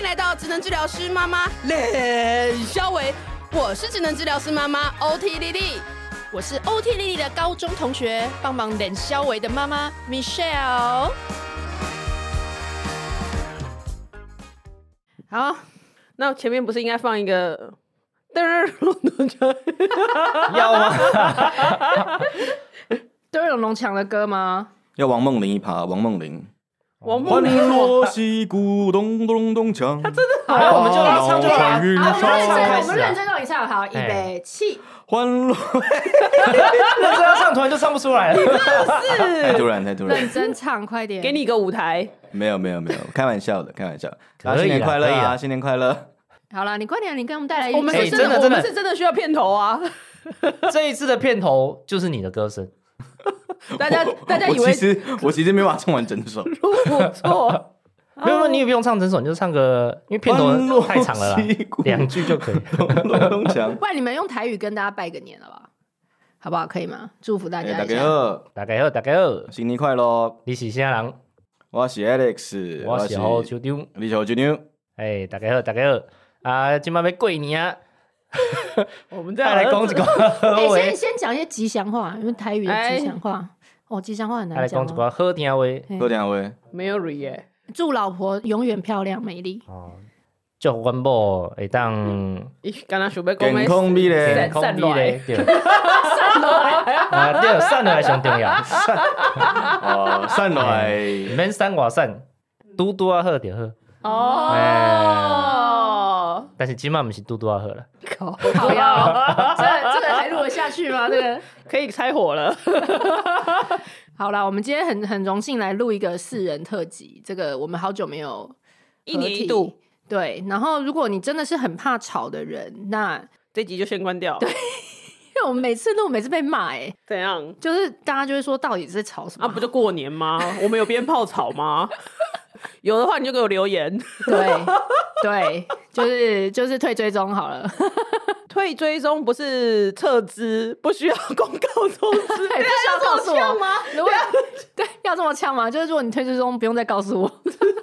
迎来到职能治疗师妈妈冷肖维，我是职能治疗师妈妈 OT 丽丽，我是 OT 丽丽的高中同学，帮忙冷肖维的妈妈 Michelle。好，那前面不是应该放一个要吗？ 都有龙强的歌吗？ 要王梦玲一趴，王梦玲。 王梦玲， 锣鑼鼓咚咚咚锵，他真的好，我们就唱就好。 好，我们认真让你唱，好，预备起。 欢乐， 认真要唱，突然就唱不出来了。 太突然。 认真唱，快点， 给你一个舞台。 没有，开玩笑的。 可以新年快乐啊！ 可以新年快乐！ 好了，你快点，你给我们带来。 我们是真的，我们是真的需要片头啊！ 这一次的片头就是你的歌声。 大家以为我其实没办法唱完整首， 不错。 没有，你也不用唱整首，你就唱个，因为片头太长了啦，2句就可以。 咚咚锵。 不然你们用台语跟大家拜个年了吧？好不好？可以吗？祝福大家一下。 大家好， 大家好， 新年快乐！ 你是啥人？ 我是 Alex， 我是侯秋丢， 你是侯秋丢。 哎，大家好啊！今晚要过年啊， 我们再来讲一个。 先讲一些吉祥话，因为台语的吉祥话。吉祥话很难讲。 来讲一个好听话， 好听话。 没有 re 耶。 祝老婆永远漂亮美丽。 祝阮某会当刚刚想要讲健康美丽， 散落来，对， 散散落来上重要。 散落来， 免散外散，拄啊好就好。但是今晚不是拄啊好了。 好呀，这个还录得下去吗？这个可以拆火了。 好啦，我们今天很荣幸来录一个4人特辑，这个我们好久没有 1年1度。 对，然后如果你真的是很怕吵的人，那这集就先关掉。 对，因为我们每次录每次被骂怎样？ 就是大家就会说到底是在吵什么？ 不就过年吗？我们有鞭炮吵吗？有的话你就给我留言。 对，就是退追踪好了。 退追踪不是撤资，不需要公告通知，不需要这么呛吗？ 对，要这么呛吗？就是如果你退追踪，不用再告诉我。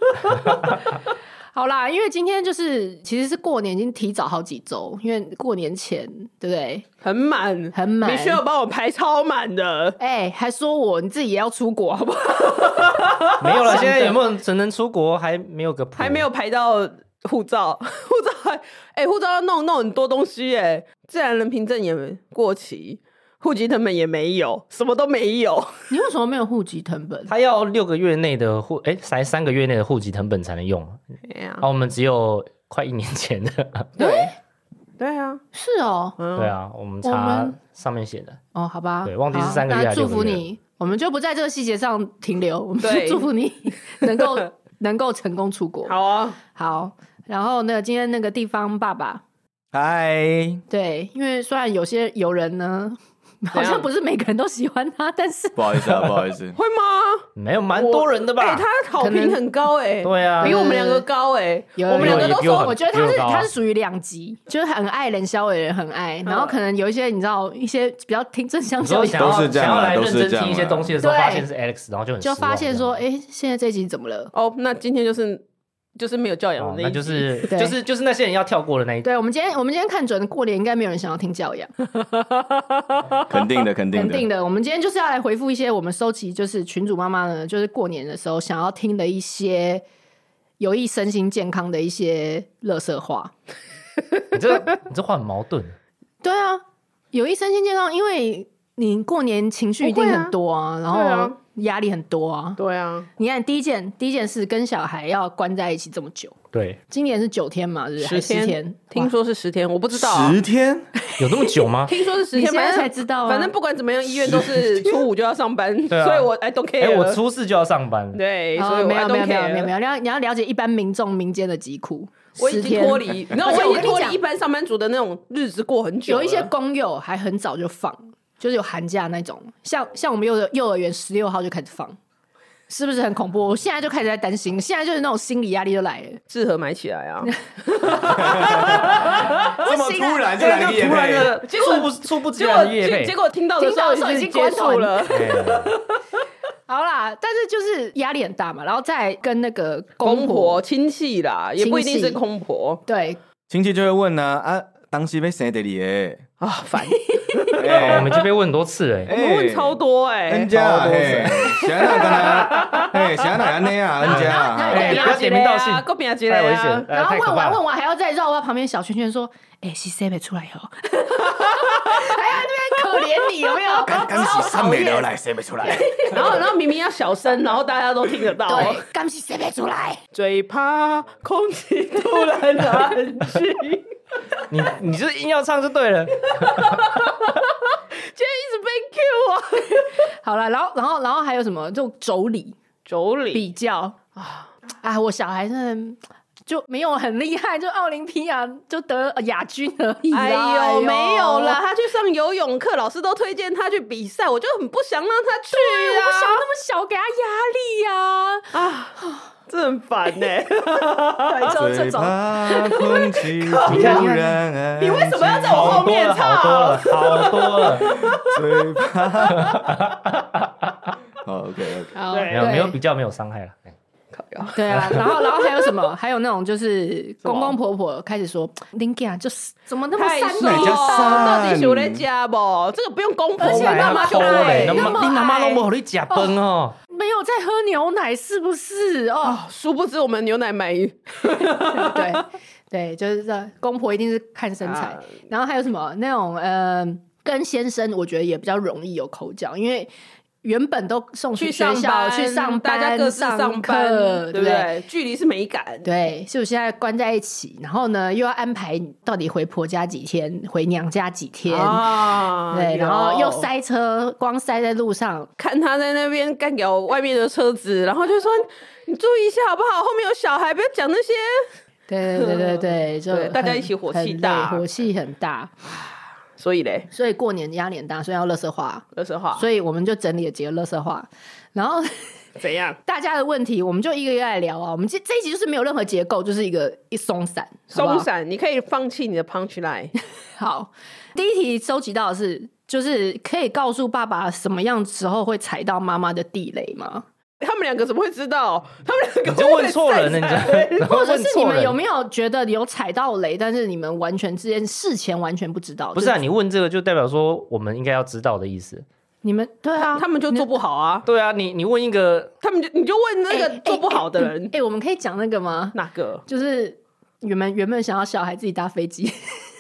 好啦，因为今天其实是过年，已经提早好几周，因为过年前对不对？ 很满，你需要帮我排超满的。 还说你自己也要出国好不好？ 没有了，现在有没有只能出国？还没有个谱， 还没有排到护照护照要弄很多东西自然人凭证也过期，户籍誊本也没有，什么都没有。 你为什么没有户籍誊本？ 他要6个月内的才3个月内的户籍誊本才能用。我们只有快1年前的。 对啊， 是哦。 对啊，我们查上面写的。 好吧。 对，忘记是3个月还是6个月。 祝福你，我们就不在这个细节上停留。我们祝福你能够成功出国。 好啊， 好。然后今天那个地方爸爸， 嗨， 对，因为虽然有人呢，好像不是每个人都喜欢他，但是不好意思， 会吗？ 没有，蛮多人的吧？ 他好评很高对啊， 比我们2个高我们2个都说， 我觉得他是属于2级，就是很爱冷肖伟的人很爱，然后可能有一些你知道一些比较听正向消息， 都是这样， 想要来认真听一些东西的时候，发现是 Alex， 然后就发现说，现在这一集怎么了？ 那今天就是没有教养的那一集， 那就是那些人要跳过的那一集。 对，我们今天看准过年应该没有人想要听教养。 肯定的。 我们今天就是要来回复一些我们收集，就是群主妈妈呢，就是过年的时候想要听的一些有益身心健康的一些垃圾话。 你这话很矛盾。 对啊，有益身心健康，因为你过年情绪一定很多啊，然后压力很多啊。 对啊， 你看第一件事，跟小孩要关在一起这么久。 对， 今年是9天嘛，是不是 ？10天，听说是10天，我不知道。 10天有这么久吗？ 听说是10天， 反正才知道。 反正不管怎么样，医院都是初5就要上班，所以我 I don't care。 我初4就要上班。 对，所以我 I don't care。 你要了解一般民众民间的疾苦。 我已经脱离，你知道，我已经脱离一般上班族的那种日子过很久了。 有一些公幼还很早就放，就是有寒假那种，像我们幼儿园16号就开始放。是不是很恐怖？我现在就开始在担心，现在就是那种心理压力就来了。 适合买起来啊！ 这么突然就来个业配， 猝不及防的业配， 结果听到的时候已经结束了。 好啦，但是就是压力很大嘛，然后再跟那个公婆亲戚啦，也不一定是公婆， 对， 亲戚就会问啊，当时要生第二个啊，烦。 我们就被问很多次我们问超多恩家嘿，谁哪跟他，嘿，谁哪安尼啊，恩家， 不要点名道姓， 够别急太危险。 然后问完还要再绕到旁边小圈圈说，是谁没出来哦？还要那边可怜你有没有？ 刚是三美流来，谁没出来？ 然后明明要小声，然后大家都听得到。 对，刚是谁没出来？ 最怕空气突然安静。 你就是硬要唱就对了。今天一直被 Q 啊！ 好了，然后还有什么？就妯娌比较啊，我小孩真的就没有很厉害，就奥林匹亚就得亚军而已啦。 哎呦，没有啦，他去上游泳课，老师都推荐他去比赛，我就很不想让他去啊， 我不想那么小给他压力呀。 这很烦欸。 这种空气突然安静， 你为什么要在我后面唱？ 好多了。 最怕。好 ，OK， 没有比较，没有伤害了。 对啊，然后还有什么？还有那种就是公公婆婆开始说，林家就是怎么那么善良，到底是有在家不？这个不用公婆， 而且妈妈就爱， 你妈妈都没给你吃饭哦。 没有在喝牛奶是不是？ 殊不知我们牛奶买对，就是这公婆一定是看身材。然后还有什么那种跟先生，我觉得也比较容易有口角，因为原本都送去学校去上班， 大家各自上班，对不对？距离是美感， 对，所以我现在关在一起，然后呢又要安排到底回婆家几天，回娘家几天，对，然后又塞车，光塞在路上， 看他在那边干掉外面的车子，然后就说你注意一下好不好？后面有小孩，不要讲那些。 对，就大家一起火气大， 火气很大。 所以过年压力很大，所以要垃圾话， 所以我们就整理了几个垃圾话，然后怎样？ 大家的问题我们就一个一个来聊啊。我们这一集就是没有任何结构，就是一松散， 松散，你可以放弃你的 punch line。 好，第一题收集到的是，就是可以告诉爸爸什么样时候会踩到妈妈的地雷吗？ 他们两个怎么会知道？他们两个你就问错人了， 或者是你们有没有觉得有踩到雷，但是你们完全之间事前完全不知道？ 不是啊，你问这个就代表说我们应该要知道的意思。 你们对啊， 他们就做不好啊。 对啊，你问一个， 你就问那个做不好的人。 我们可以讲那个吗？ 哪个？ 就是原本想要小孩自己搭飞机。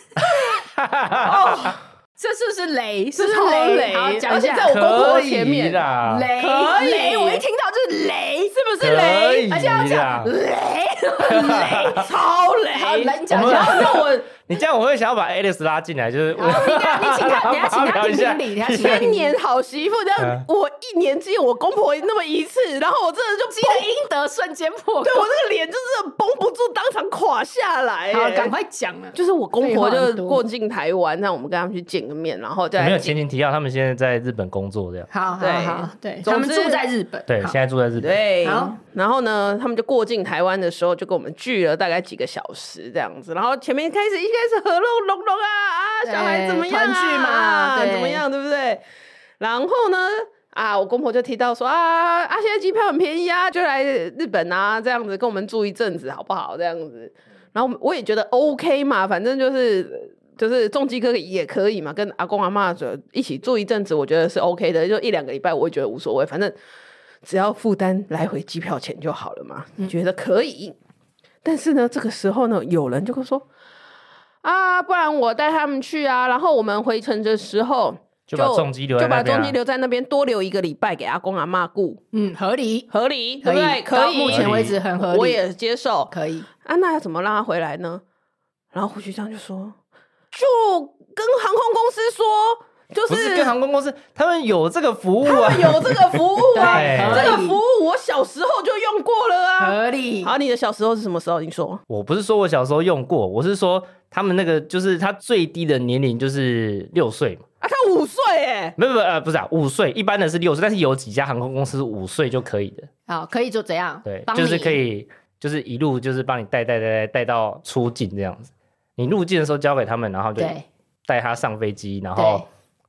这是不是雷？是超雷！ 好，讲一下， 在我公婆前面雷，我一听到就是雷， 是不是雷？ 而且要讲雷， 超雷！ 好，来你讲一下。 你这样我会想要把 Alice 拉进来，就是你请他，等下请他评评理， 千年好媳妇，这样我1年见我公婆那么一次，然后我真的就积了阴德，瞬间破。 对我这个脸就是绷不住，当场垮下来。 好，赶快讲了。 就是我公婆就过境台湾，让我们跟他们去见个面，然后再没有前情提要，他们现在在日本工作这样。 好，对，他们住在日本， 对，现在住在日本。 对，好，然后呢，他们就过境台湾的时候，就跟我们聚了大概几个小时这样子，然后前面一开始和乐融融啊，小孩怎么样团聚嘛， 怎么样，对不对？然后呢，我公婆就提到说现在机票很便宜啊，就来日本啊，这样子跟我们住一阵子好不好？这样子，然后我也觉得 OK 嘛，反正就是重机哥也可以嘛，跟阿公阿嬷一起住一阵子，我觉得是 OK 的，就1-2个礼拜，我会觉得无所谓，反正只要负担来回机票钱就好了嘛，觉得可以。但是呢，这个时候呢，有人就会说不然我带他们去啊，然后我们回程的时候就把重机留在那边，多留1个礼拜给阿公阿嬷顾。 合理， 对不对？可以， 目前为止很合理， 我也接受， 可以。 那要怎么让他回来呢？然后胡局长就说，就跟航空公司说。 不是跟航空公司，他们有这个服务啊， 他们有这个服务啊，这个服务我小时候就用过了啊， 合理。 好，你的小时候是什么时候？你说？ 我不是说我小时候用过，我是说他们那个就是他最低的年龄就是6岁嘛。 他5岁哎， 不是5岁，一般的是6岁，但是有几家航空公司5岁就可以的。 好，可以就怎样？ 对，就是可以，就是一路就是帮你带到出境这样子。你入境的时候交给他们，然后就带他上飞机，然后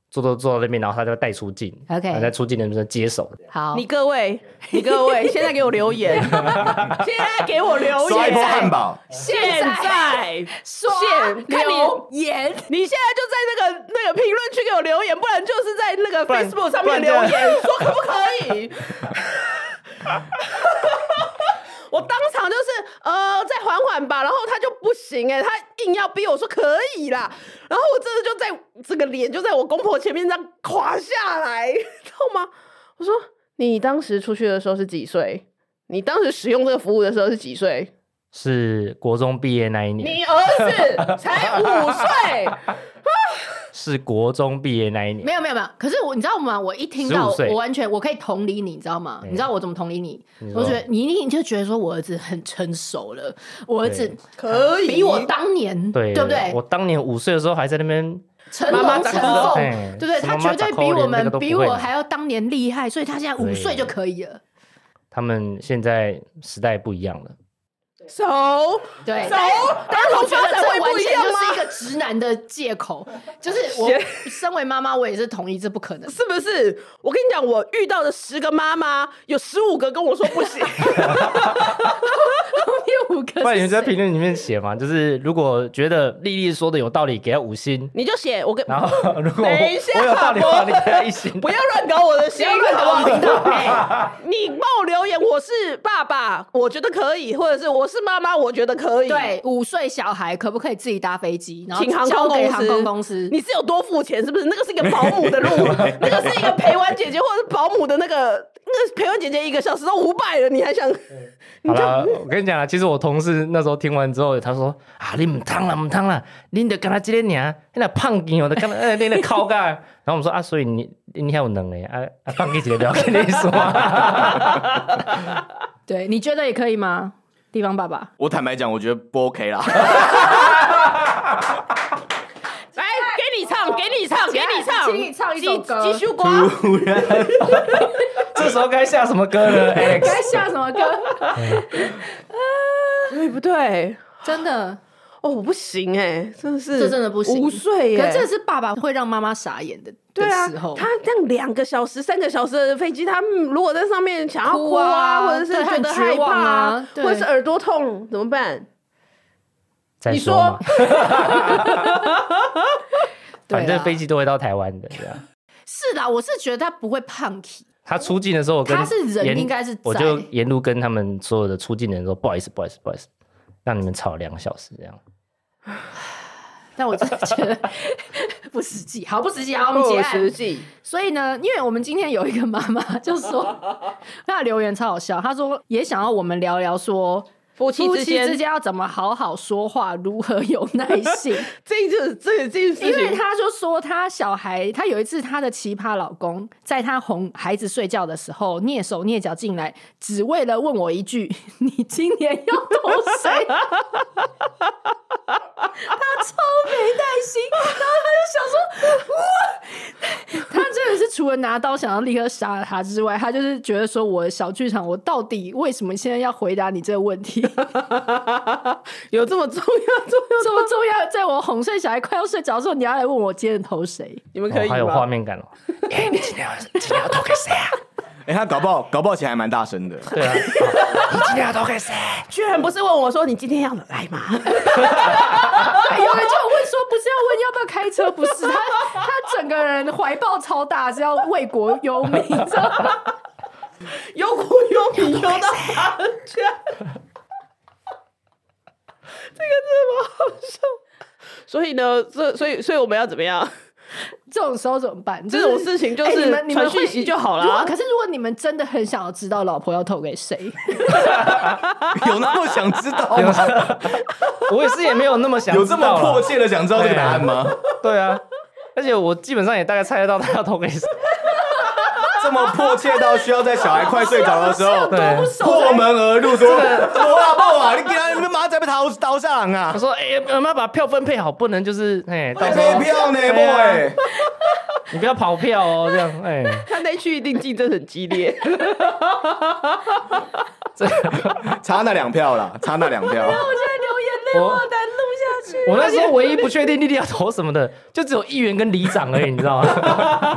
坐到那边，然后他就带出境 OK 然后在出境的时候接手。 好， 你各位，现在给我留言，现在给我留刷一波言， 汉堡， 现在刷看留言， 你现在就在那个评论区给我留言，不然就是在那个不然 Facebook 上面留言，说可不可以？我当场就是再缓缓吧，然后他就不行他硬要逼我说可以啦，然后我真的就在这个脸就在我公婆前面这样垮下来，知道吗？我说你当时出去的时候是几岁？你当时使用这个服务的时候是几岁？ 是国中毕业那一年， 你儿子才5岁。 是国中毕业那一年。 没有，可是你知道吗？我一听到， 15岁我完全我可以同理你，你知道吗？你知道我怎么同理你？我觉得你一定就觉得说我儿子很成熟了，我儿子可以比我当年对不对？ 我当年5岁的时候还在那边成龙成凤， 对不对？他绝对比我还要当年厉害，所以他现在5岁就可以了。 他们现在时代不一样了。 对， 但是我觉得这完全吗？ 就是一个直男的借口，就是我身为妈妈，我也是同意这不可能， 是不是？我跟你讲，我遇到的10个妈妈，有15个跟我说不行。 有5个， 不然你们在评论里面写嘛，就是如果觉得丽丽说的有道理，给她5星， 你就写我跟。 然后如果等一下我有道理的话，你给她1星。 不要乱搞我的心， 不要乱搞我频道。 你帮我留言，我是爸爸，我觉得可以，或者是我是妈妈，我觉得可以。 对，5岁小孩可不可以自己搭飞机，然后请航交给航空空公司？ 你是有多付钱？是不是？那个是一个保姆的路，那个是一个陪玩姐姐或者是保姆的那个陪玩姐姐1个小时都500了，你还想？ 好了，我跟你讲啊，其实我同事那时候听完之后，他说啊，你唔烫啦，你就跟他这个娘，那胖鸡我的跟他那靠干。然后我们说啊，所以你还有能力胖鸡姐不要跟你说。 对，你觉得也可以吗？地方爸爸， 我坦白讲，我觉得不 OK 啦。 来，给你唱， 请你唱一首歌继续瓜。 这时候该下什么歌呢 ？Alex 该下什么歌？ 对不对？ 真的我不行真的是， 这真的不行。 5岁可这是爸爸会让妈妈傻眼的时候。 他这样2个小时、3个小时的飞机，他如果在上面想要哭啊，或者是觉得害怕，或者是耳朵痛，怎么办？ 你说， 反正飞机都会到台湾的， 是啦，我是觉得他不会胖起。 他出境的时候， 他是人应该是在， 我就沿路跟他们所有的出境的人说，不好意思，让你们吵2个小时这样。 但我真的觉得不实际，好不实际，好，我们结案。 不实际。 所以呢，因为我们今天有一个妈妈就说，她的留言超好笑，她说也想要我们聊聊说。夫妻之间要怎么好好说话，如何有耐性？ 这件事情， 因为他就说他小孩，他有一次他的奇葩老公在他哄孩子睡觉的时候蹑手蹑脚进来，只为了问我一句：“你今年要投谁？”他超没耐心，然后他就想说：“哇！”他真的是除了拿刀想要立刻杀了他之外，他就是觉得说我的小剧场，我到底为什么现在要回答你这个问题？ 有这么重要？ 在我哄睡小孩快要睡着的时候，你要来问我今天投谁？ 你们可以吗？ 还有画面感你今天要投给谁啊？ 他搞不好起来还蛮大声的。 对啊，你今天要投给谁？ 居然不是问我说你今天要来吗？ 有人就问说，不是要问要不要开车？不是，他整个人怀抱超大，是要为国忧民，知道吗？ 忧国忧民忧到他家，这个真的蛮好笑。所以呢，所以我们要怎么样？ 这种时候怎么办？ 这种事情就是传讯息就好了。 可是如果你们真的很想要知道老婆要投给谁， 有那么想知道吗？ 我也是也没有那么想知道， 有这么迫切的想知道这个答案吗？ 对啊，而且我基本上也大概猜得到他要投给谁。 这么迫切到需要在小孩快睡着的时候破门而入说：“我啊，你给他马上在被刀下人啊！” 他说：“我们要把票分配好，不能就是到时候没票呢，boy， 你不要跑票哦，这样他那区一定竞争很激烈， 差那2票啦，差那2票。 我现在流眼泪，我难录下去。 我那时候唯一不确定莉莉要投什么的，就只有议员跟里长而已，你知道吗？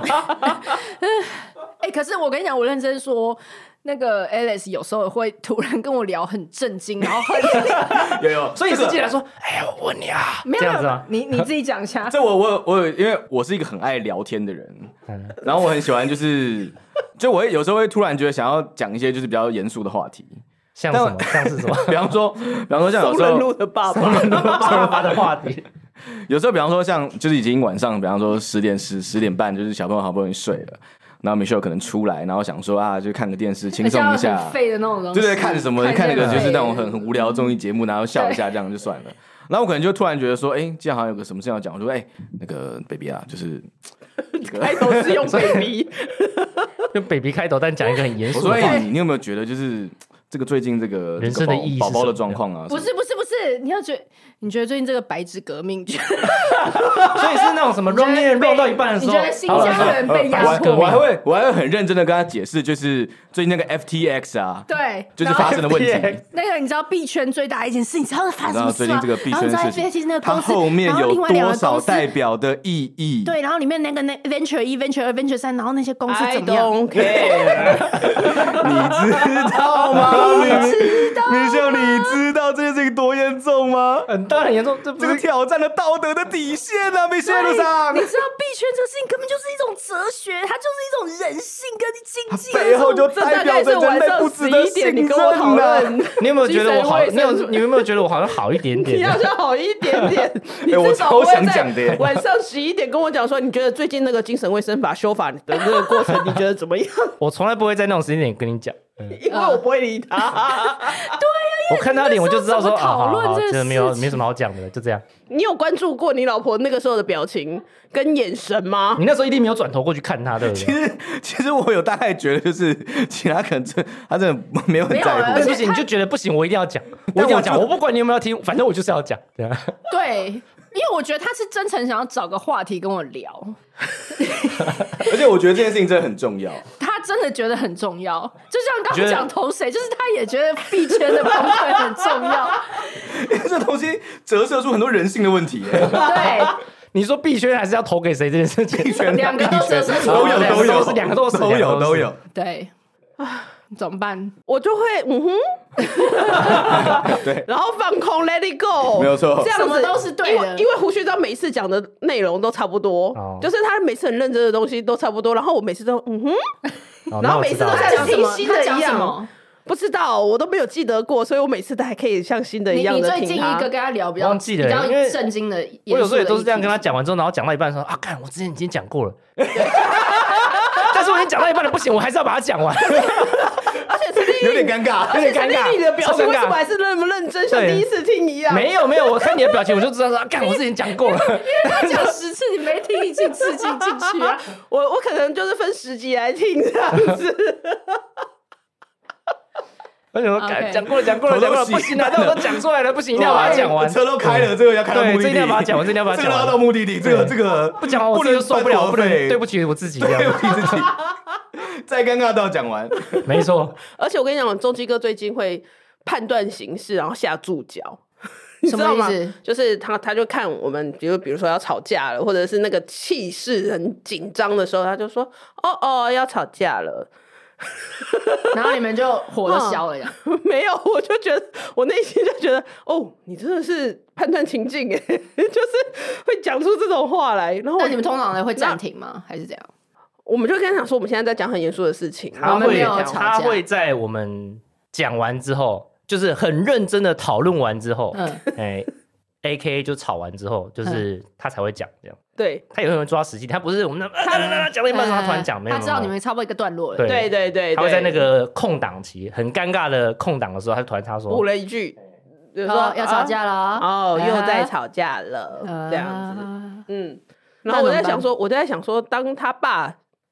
可是我跟你讲，我认真说，那个 Alice 有时候会突然跟我聊很震惊，然后很有， 所以实际来说，我问你啊， 没有这样子吗？ 你自己讲一下。 这我有，因为我是一个很爱聊天的人，然后我很喜欢就我有时候会突然觉得想要讲一些就是比较严肃的话题， 像什么？像是什么？ 比方说像有时候路的爸爸， 爸爸的话题。 有时候比方说像就是已经晚上，比方说10点半，就是小朋友好不容易睡了。然后 Michelle 可能出来，然后想说啊，就看个电视，轻松一下， 很废的那种东西， 对，看什么？看那个就是那种很无聊的综艺节目，然后笑一下，这样就算了。然后我可能就突然觉得说，既然好像有个什么事要讲，我说，那个 baby 啊，就是开头是用 baby， 用 baby 开头，但讲一个很严肃的话。 我说，你有没有觉得就是这个最近这个人生的意义宝宝的状况啊？ 不是，你觉得最近这个白纸革命，所以是那种什么 run 到一半的时候， 你觉得新疆人被压迫？ 我还会很认真的跟他解释，就是最近那个 FTX 啊， 对， 就是发生的问题。 那个你知道币圈最大一件事，你知道发生什么事吗？ 最近这个币圈的事情，它后面有多少代表的意义？ 对，然后里面那个Venture 1、Venture 2、Venture 3，然后那些公司怎么样？ I don't care 你知道吗？Michelle，你知道这件事情多严重吗？ 当然很严重，这个挑战了道德的底线啊 ，Michelle 上。 你知道币圈这个事情根本就是一种哲学，它就是一种人性跟经济， 背后就代表着人类不值得信任的。 你有没有觉得我好？你有没有觉得我好像好一点点？ 你好像好一点点。 我超想讲的。 晚上11点跟我讲说，你觉得最近那个精神卫生法修法的那个过程，你觉得怎么样？ 我从来不会在那种时间点跟你讲， 因为我不会理他。 对呀， 我看他脸我就知道说讨论这个没什么好讲的，就这样。 你有关注过你老婆那个时候的表情跟眼神吗？ 你那时候一定没有转头过去看她，对不对？其实我有大概觉得，就是其他可能他真的没有很在乎。 不行，你就觉得不行，我一定要讲，我一定要讲，我不管你有没有听，反正我就是要讲。 对。因为我觉得他是真诚想要找个话题跟我聊， 而且我觉得这件事情真的很重要。 他真的觉得很重要，就像刚刚讲投谁，就是他也觉得币圈的崩溃很重要。 因为这东西折射出很多人性的问题。 对， 你说币圈还是要投给谁这件事情， 两个都折射出都有， 两个都有。 对啊。怎么办？ 我就会对， 然后放空 ，let it go， 没有错， 这样子什么都是对的。 因为胡须章每次讲的内容都差不多，就是他每次很认真的东西都差不多，然后我每次都然后每次都像新的一样。不知道，我都没有记得过，所以我每次都还可以像新的一样的听他。 你最近一个跟他聊比较震惊的， 我有时候也都是这样跟他讲完之后，然后讲到一半说啊，看我之前已经讲过了，但是我已经讲到一半了，不行，我还是要把它讲完。 而且陈立有点尴尬， 你的表情为什么还是那么认真，像第一次听一样？ 没有，我看你的表情，我就知道说，干，我之前讲过了。 因为他讲10次，你没听一进刺激进去啊。 我可能就是分10集来听这样子。 我想说，讲过了，不行啊！但我都讲出来了，不行，一定要把它讲完。 车都开了，这个要开到目的地， 这一定要把它讲完，这个要到目的地，这个不讲完我自己就受不了，不能对不起我自己， 对不起自己，再尴尬都要讲完， 没错。 而且我跟你讲，中基哥最近会判断形势，然后下注脚。 什么意思？ 就是他就看我们，比如说要吵架了，或者是那个气势很紧张的时候，他就说：“哦，要吵架了。” 然后你们就火都消了呀？ 没有，我就觉得我内心就觉得，你真的是判断情境哎，就是会讲出这种话来。然后那你们通常会暂停吗？还是怎样？ 我们就跟他讲说，我们现在在讲很严肃的事情。 他会在我们讲完之后，就是很认真的讨论完之后，AKA 就吵完之后，就是他才会讲这样。 对， 他也会抓时机，他不是我们他讲了一半，他突然讲，没有， 他知道你们差不多一个段落了。 对， 他会在那个空档期，很尴尬的空档的时候，他突然说补了一句， 就说要吵架了， 又在吵架了，这样子。然后我在想说，当他爸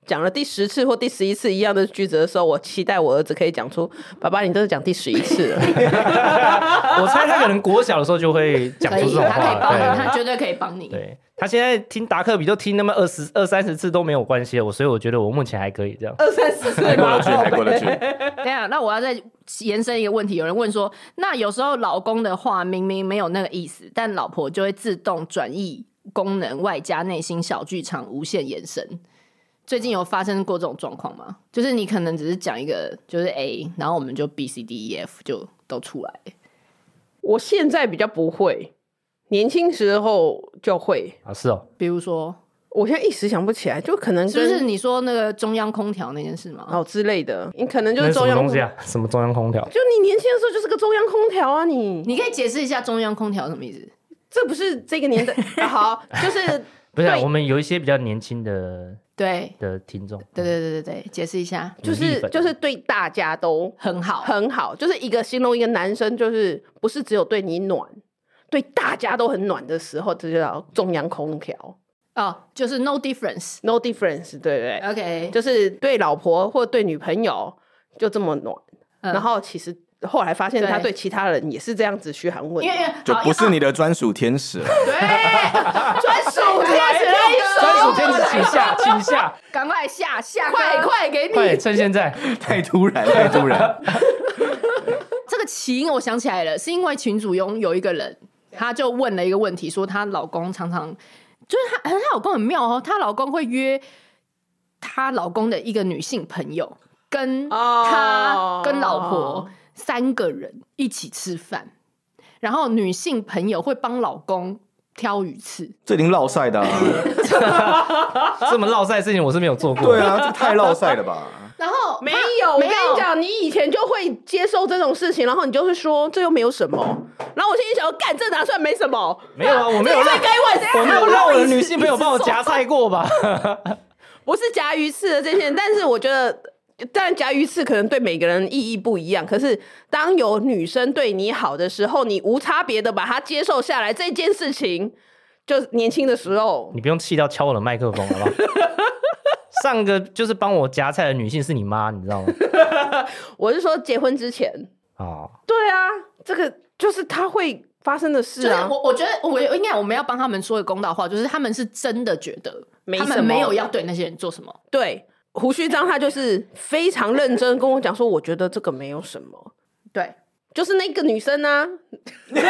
讲了第10次或第11次一样的句子的时候，我期待我儿子可以讲出爸爸你都是讲第11次了。 我猜他可能国小的时候就会讲出这种话， 他可以帮你， 对他绝对可以帮你。 对，他现在听达克比就听那么20-30次都没有关系了，所以我觉得我目前还可以这样。 20-30次还过得去，还过得去。 等一下，那我要再延伸一个问题，有人问说，那有时候老公的话明明没有那个意思，但老婆就会自动转译功能，外加内心小剧场无限延伸。最近有发生过这种状况吗？就是你可能只是讲一个就是 A， 然后我们就 B、C、D、E、F 就都出来。 我现在比较不会，年轻时候就会。 啊，是哦， 比如说， 我现在一时想不起来，就可能跟是不是你说那个中央空调那件事吗？ 哦之类的，你可能就那是什是中央么东西啊？什么中央空调？ 就你年轻的时候就是个中央空调啊你你可以解释一下中央空调什么意思？ 这不是这个年代、啊、好，就是不是、啊， 对我们有一些比较年轻的对听众， 对，解释一下。 就是对大家都很好， 很好，就是一个形容一个男生，就是不是只有对你暖，对大家都很暖的时候，这就叫中央空调。 哦，就是 no difference。 No difference， 对不对？ OK， 就是对老婆或对女朋友就这么暖，然后其实后来发现他对其他人也是这样子嘘寒问暖， 因为就不是你的专属天使了。 对，专属天使那一首， 专属天使，请下， 赶快下快给你， 快趁现在。 太突然，太突然。 这个起因我想起来了，是因为群组中有一个人，他就问了一个问题，说她老公常常就是她老公很妙哦，她老公会约她老公的一个女性朋友跟他跟老婆3个人一起吃饭，然后女性朋友会帮老公挑鱼刺。 这已经落赛的、啊， 这么落赛的事情我是没有做过。 对啊，这太落赛了吧？ 然后没有，我跟你讲，你以前就会接受这种事情，然后你就会说这又没有什么，然后我心里想说，干，这拿出来没什么， 没有啊，我没有让我没有让我的女性朋友帮我夹菜过吧？ 不是夹鱼刺的这些人，但是我觉得。当然，夹鱼刺可能对每个人意义不一样。可是，当有女生对你好的时候，你无差别的把她接受下来，这件事情，就年轻的时候， 你不用气到敲我的麦克风，好不好？上个就是帮我夹菜的女性是你妈，你知道吗？ 我是说结婚之前。 哦， 对啊，这个就是他会发生的事啊。 我觉得我们要帮他们说一个公道话，就是他们是真的觉得他们没有要对那些人做什么。 对。胡须章他就是非常认真跟我讲说，我觉得这个没有什么。 对， 就是那个女生啊， 那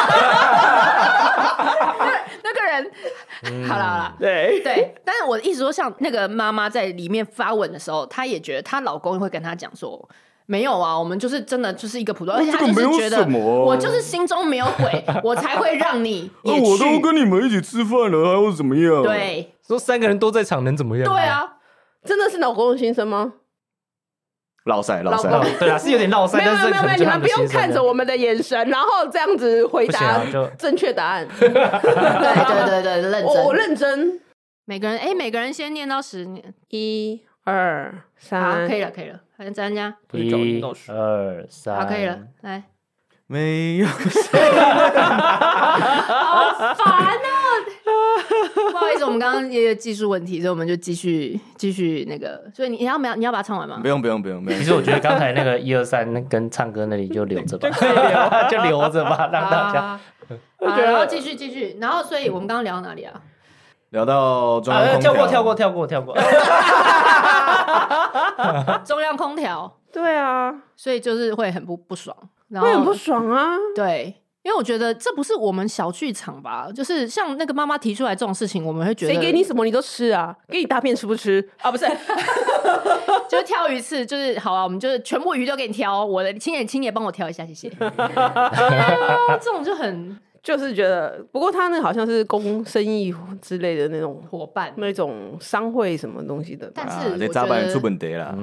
个人，好啦， 对， 但是我的意思说，像那个妈妈在里面发文的时候，她也觉得她老公会跟她讲说。没有啊，我们就是真的就是一个普通，而且她就是觉得我就是心中没有鬼，我才会让你也去。 我都跟你们一起吃饭了，还会怎么样？ 对， 说3个人都在场能怎么样？ 对啊。 真的是老公的心声吗？ 落赛， 对啊，是有点落赛，但是没有，你们不用看着我们的眼神，然后这样子回答正确答案。对， 认真， 我认真。 每个人先念到10年 ，1、2、3， 好，可以了，还能咱家 1、2、3， 好，可以了，来。 没有， 好烦哦！不好意思，我们刚刚也有技术问题，所以我们就继续那个。所以你要把它唱完吗？ 不用。 其实我觉得刚才那个1、2、3那跟唱歌那里就留着吧，就留着吧，让大家。 然后继续，然后所以我们刚刚聊到哪里啊？ 聊到中央空调， 跳过。 中央空调， 对啊， 所以就是会很不爽，然后会很不爽啊。 对，因为我觉得这不是我们小剧场吧？就是像那个妈妈提出来这种事情，我们会觉得谁给你什么你都吃啊？给你大便吃不吃啊？不是， 就是挑鱼刺，就是好啊，我们就是全部鱼都给你挑，我的请你也帮我挑一下，谢谢。对啊，这种就很。 就是觉得，不过他那好像是公生意之类的那种伙伴， 那种商会什么东西的。 但是这早晚出问题啦。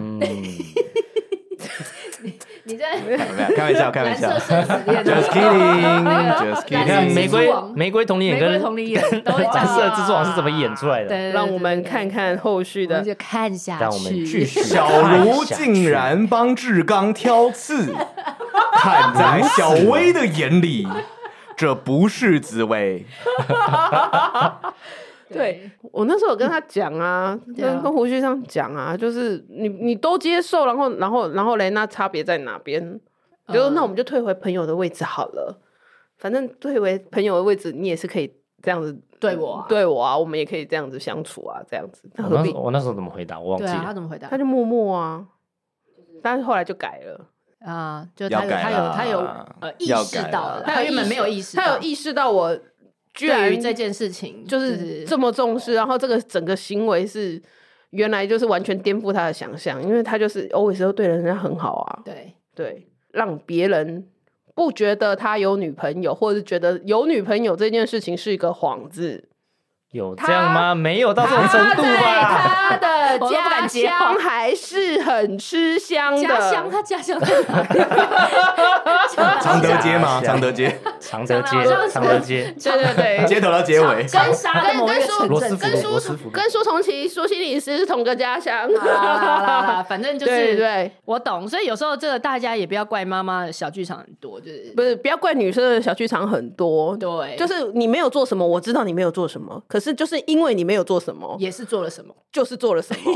你在开玩笑，Just kidding。 你看玫瑰童林演跟蓝色蜘蛛网是怎么演出来的？ 对， 让我们看看后续的， 就看下去。 让我们继续。 小茹竟然帮志刚挑刺，看在小薇的眼里。这不是滋味。 对，我那时候有跟他讲啊，跟胡须上讲啊，就是你都接受，然后嘞，那差别在哪边？就那我们就退回朋友的位置好了，反正退回朋友的位置，你也是可以这样子对我啊，我们也可以这样子相处啊，这样子。 我那时候怎么回答？我忘记了。 他怎么回答？ 他就默默啊，但是后来就改了。 啊，就他有意识到了，他原本没有意识到， 他有意识到我居然这件事情就是这么重视，然后这个整个行为是原来就是完全颠覆他的想象，因为他就是 always 都对人家很好啊，对，让别人不觉得他有女朋友，或者是觉得有女朋友这件事情是一个幌子。 有这样吗？没有到这种程度吧？ 他的家乡还是很吃香的。 他家乡在哪里？ 常德街吗？常德街， 常德街， 对， 街头到结尾， 跟沙跟跟苏崇琪、苏心理师是同个家乡。 反正就是对，我懂。所以有时候这个大家也不要怪妈妈的小剧场很多，就是不是不要怪女生的小剧场很多， 对， 就是你没有做什么，我知道你没有做什么，可是就是因为你没有做什么， 也是做了什么， 就是做了什么。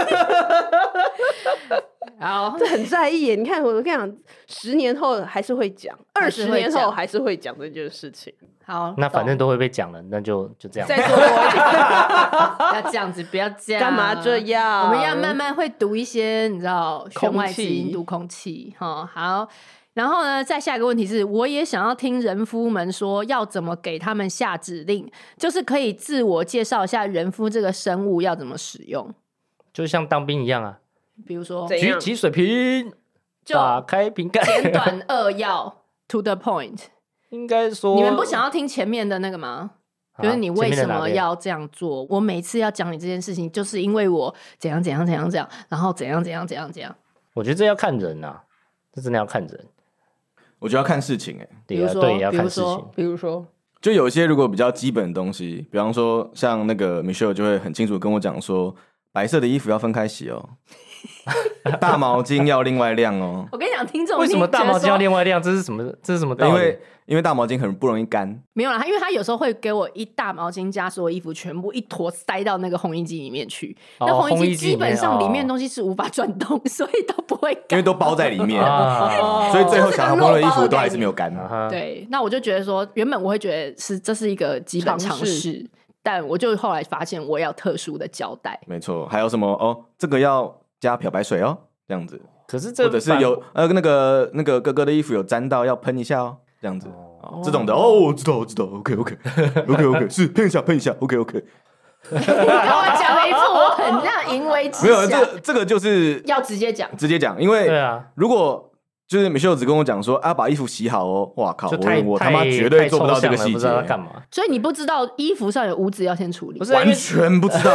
好，这很在意耶。你看，我跟你讲，10年后还是会讲，20年后还是会讲这件事情。 好， 那反正都会被讲了，那就这样。 再说多一点， 要这样子，不要这样。 干嘛这样？ 我们要慢慢会读一些，你知道，弦外之音，读空气。好。然后呢，再下一个问题是，我也想要听人夫们说要怎么给他们下指令，就是可以自我介绍一下人夫这个生物要怎么使用， 就像当兵一样啊。 比如说举起水瓶，打开瓶盖， 简短扼要 ，to the point。 应该说， 你们不想要听前面的那个吗？就是你为什么要这样做？我每次要讲你这件事情，就是因为我怎样，然后怎样。 我觉得这要看人啊，这真的要看人。 我觉得要看事情对，也要看事情。 比如说， 就有一些如果比较基本的东西，比方说像那个 Michelle 就会很清楚跟我讲说，白色的衣服要分开洗哦，大毛巾要另外晾哦。 我跟你讲，听众为什么大毛巾要另外晾？这是什么道理？ 因为大毛巾很不容易干。 没有啦，因为他有时候会给我一大毛巾加所有衣服全部一坨塞到那个烘衣机里面去。那烘衣机基本上里面的东西是无法转动，所以都不会干， 因为都包在里面，所以最后小朋友的衣服都还是没有干。 对，那我就觉得说，原本我会觉得这是一个基本常识，但我就后来发现我要特殊的交代。 没错，还有什么这个要加漂白水哦，这样子。 可是这或者是有那个哥哥的衣服有沾到要喷一下哦，这样子。这种的我知道 OK 是喷一下 OK 你跟我讲了一副我很让淫为之没有这个就是要直接讲， 因为对啊， 如果就是Michelle只跟我讲说把衣服洗好哦，哇靠，我他妈绝对做不到这个细节， 干嘛？ 所以你不知道衣服上有污渍要先处理， 不是完全不知道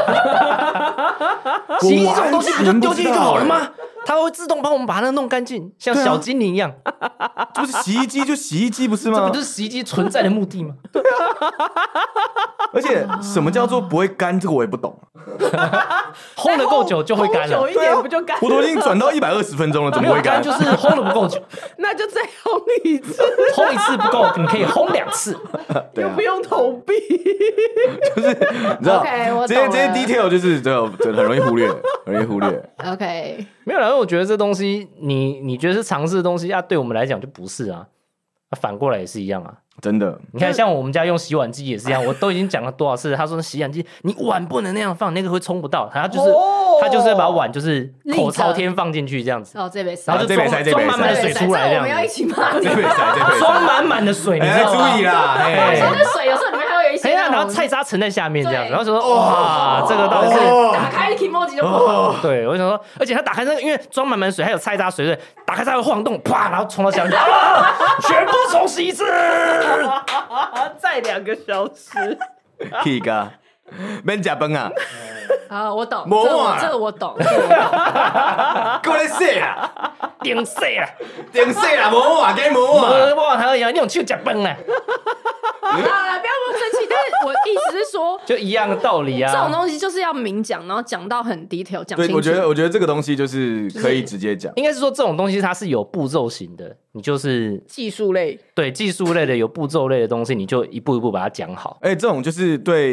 洗衣这种东西不就丢进去就好了吗？它会自动帮我们把它弄干净，像小精灵一样。 不是洗衣机就洗衣机不是吗？ 这不就是洗衣机存在的目的吗？ 对啊。而且什么叫做不会干？这个我也不懂。 烘得够久就会干了， 久一点不就干？ 我都已经转到120分钟了，怎么会干？ 就是烘得不够久， 那就再烘一次。 烘一次不够，你可以烘2次， 又不用投币。 就是你知道，这些 detail 就是很容易忽略， OK， 没有啦，因为我觉得这东西，你觉得是常识的东西对我们来讲就不是啊。反过来也是一样啊， 真的。 你看，像我们家用洗碗机也是一样，我都已经讲了多少次，他说洗碗机你碗不能那样放，那个会冲不到，他就是要把碗就是口朝天放进去这样子， 这杯然后就装满满的水出来这样子， 我们要一起骂你， 装满满的水，你知道吗？ 注意啦， 那水有时候里面还会有一些， 然后菜渣沉在下面这样子，然后就说哇，这个到底是打开 Kimoji 就不好。 对，我想说，而且它打开那个，因为装满满水还有菜渣水，打开它会晃动，啪，然后冲到下面，全部重洗一次， 再2个小时。 K 哥，免吃饭啊！ 啊，我懂，这个我懂。 过来洗啊， 顶洗啦，无话给无话， 我还要你用手吃饭啊！ 不要生气，但是我意思是说， 就一样的道理啊。 这种东西就是要明讲，然后讲到很 detail， 讲清楚。 对，我觉得这个东西就是可以直接讲。 应该是说这种东西它是有步骤型的，你就是技术类， 对技术类的有步骤类的东西，你就一步一步把它讲好。 这种就是对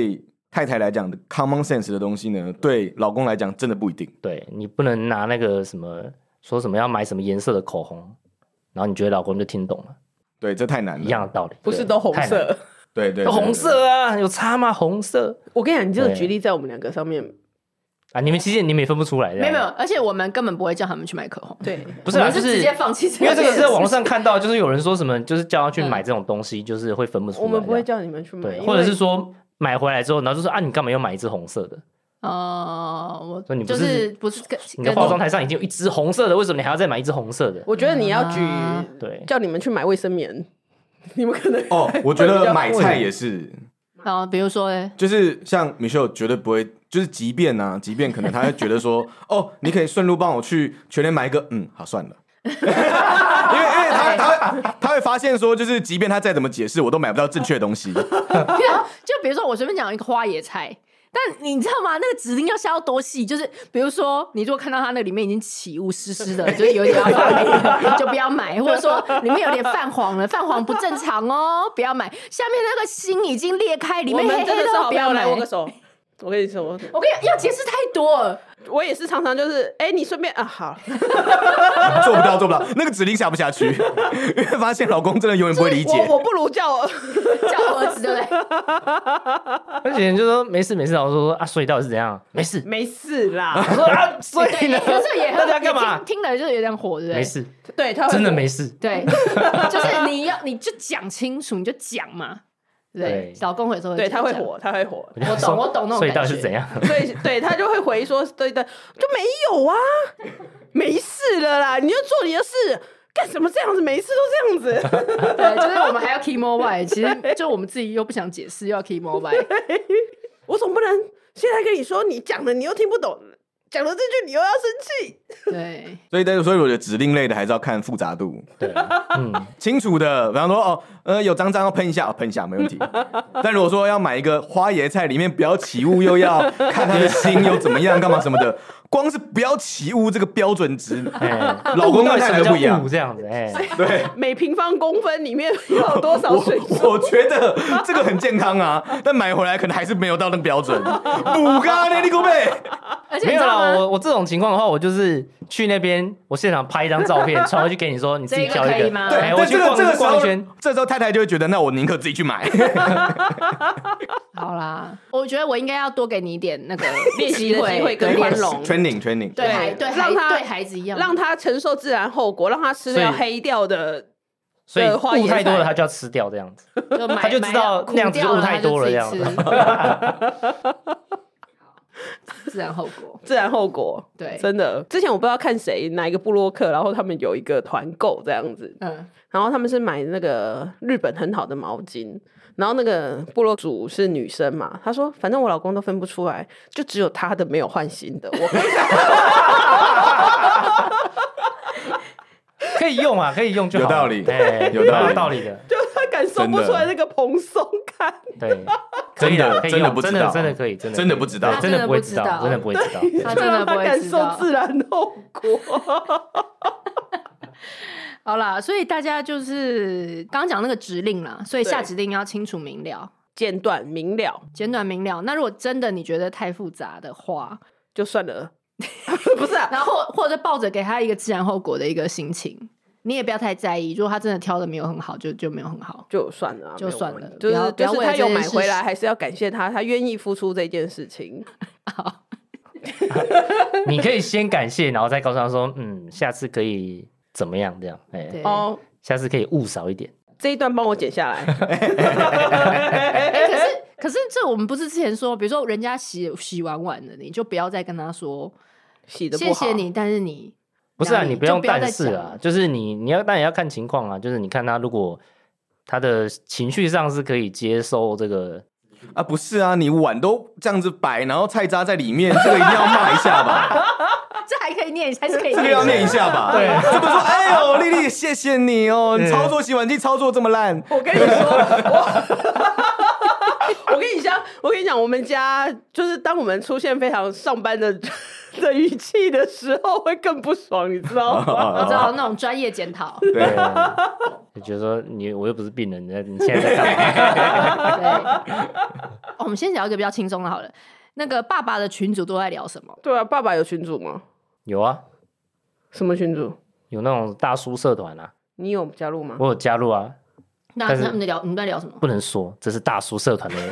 太太来讲的 common sense 的东西呢，对老公来讲真的不一定。 对，你不能拿那个什么说什么要买什么颜色的口红，然后你觉得老公就听懂了， 对，这太难了。 一样的道理， 不是都红太难色？ 对对， 红色啊，有差吗？红色我跟你讲，你这个举例在我们两个上面， 啊，你们其实你们也分不出来， 没有，而且我们根本不会叫他们去买口红， 对， 不是啊， 我们就是直接放弃这因为这个是在网络上。 上看到，就是有人说什么，就是叫他去买这种东西，就是会分不出来。 我们不会叫你们去买， 对， 因为或者是说买回来之后，然后就说啊，你干嘛又买一支红色的？ 我所以你不就是不是你的化妆台上已经有一支红色的，为什么你还要再买一支红色的？ 我觉得你要举对， 叫你们去买卫生棉，你们可能哦，我觉得买菜也是， 比如说呢， 就是像 Michelle 绝对不会，就是即便可能他会觉得说，哦，你可以顺路帮我去全联买一个，好算了。因为他会发现说，就是即便他再怎么解释，我都买不到正确的东西。 就比如说我随便讲一个花椰菜，但你知道吗？那个指令要下到多细？就是比如说，你如果看到它那里面已经起雾湿湿的，就是有点要发霉了，就不要买；或者说里面有点泛黄了，泛黄不正常哦，不要买。下面那个心已经裂开，里面黑黑的，不要买。 来握个手。我跟你说， 我跟你要解释太多了。 我也是常常就是，你顺便好， 做不到，那个指令下不下去，因为发现老公真的永远不会理解。 我不如叫儿子，对不对？ 而且就说没事，然后说啊，所以到底是怎样？没事啦。 我说啊，所以呢？ 可是也大家干嘛？ 听了就是有点火，对不对？ 没事， 对他真的没事。 对，就是你就讲清楚，你就讲嘛。对，老公会说， 对，他会火。 我懂那种感觉。 所以到底是怎样？ 对他就会回说，对，就没有啊，没事了啦，你就做你的事，干什么这样子？每一次都这样子。 对，就是我们还要 keep mobile， 其实就我们自己又不想解释，又要 keep mobile。 我总不能现在跟你说，你讲了你又听不懂。讲了这句你又要生气， 对， 所以我觉得指令类的还是要看复杂度， 对， 清楚的，比方说有脏要喷一下，喷一下没问题。但如果说要买一个花椰菜，里面不要起雾，又要看它的心又怎么样，干嘛什么的，光是不要起雾这个标准值，老公跟太太都不一样， 这样子， 对， 每平方公分里面有多少水？ 我觉得这个很健康啊，但买回来可能还是没有到那个标准。不干呢，你姑妹。 而且没有啦，我这种情况的话，我就是去那边，我现场拍一张照片，传回去给你说，你自己挑一个。 对， 我去逛一圈。 这时候太太就会觉得，那我宁可自己去买。 好啦，我觉得我应该要多给你一点那个练习的机会跟宽容 ，training， 对，让他对孩子一样， 让他承受自然后果，让他吃掉黑掉的。 所以雾太多了，他就要吃掉这样子，他就知道那样子雾太多了这样子。 自然后果， 对，真的。之前我不知道看哪一个部落客，然后他们有一个团购这样子，然后他们是买那个日本很好的毛巾，然后那个部落主是女生嘛，她说反正我老公都分不出来，就只有他的没有换新的，我可以用啊，可以用就好， 有道理， 有道理的， 就他感受不出来那个蓬松感， 对。可以的， 真的不知道， 真的可以， 真的不知道， 真的不会知道，真的不会知道， 他真的不会感受自然后果。 好啦，所以大家就是刚刚讲那个指令啦，所以下指令要清楚明了、 简短明了。 那如果真的你觉得太复杂的话， 就算了，不是啊。 然后或者抱着给他一个自然后果的一个心情。你也不要太在意，如果他真的挑的没有很好，就没有很好， 就算了， 就是他有买回来，还是要感谢他愿意付出这件事情。 好， 你可以先感谢，然后再告诉他说，下次可以怎么样这样，下次可以雾少一点。 这一段帮我剪下来。 可是这我们不是之前说，比如说人家洗完碗了，你就不要再跟他说洗的不好， 谢谢你，但是你。 不是啊，你不用但是啊，就是你要当然要看情况啊，就是你看他如果他的情绪上是可以接受这个啊，不是啊，你碗都这样子摆，然后菜渣在里面，这个一定要骂一下吧？ 这还可以念，还是可以念， 这个要念一下吧？对，就比如说，哎呦，丽丽，谢谢你哦，你操作洗碗机操作这么烂， 我跟你说，我跟你讲，我们家就是当我们出现非常上班的语气的时候，会更不爽，你知道吗？ 我知道那种专业检讨， 对，就觉得说我又不是病人，你现在在干嘛？ 对， 我们先聊一个比较轻松的好了。那个爸爸的群组都在聊什么？ 对啊，爸爸有群组吗？ 有啊， 什么群组？ 有那种大叔社团啊， 你有加入吗？ 我有加入啊， 那但是他们在聊什么？ 不能说这是大叔社团的人，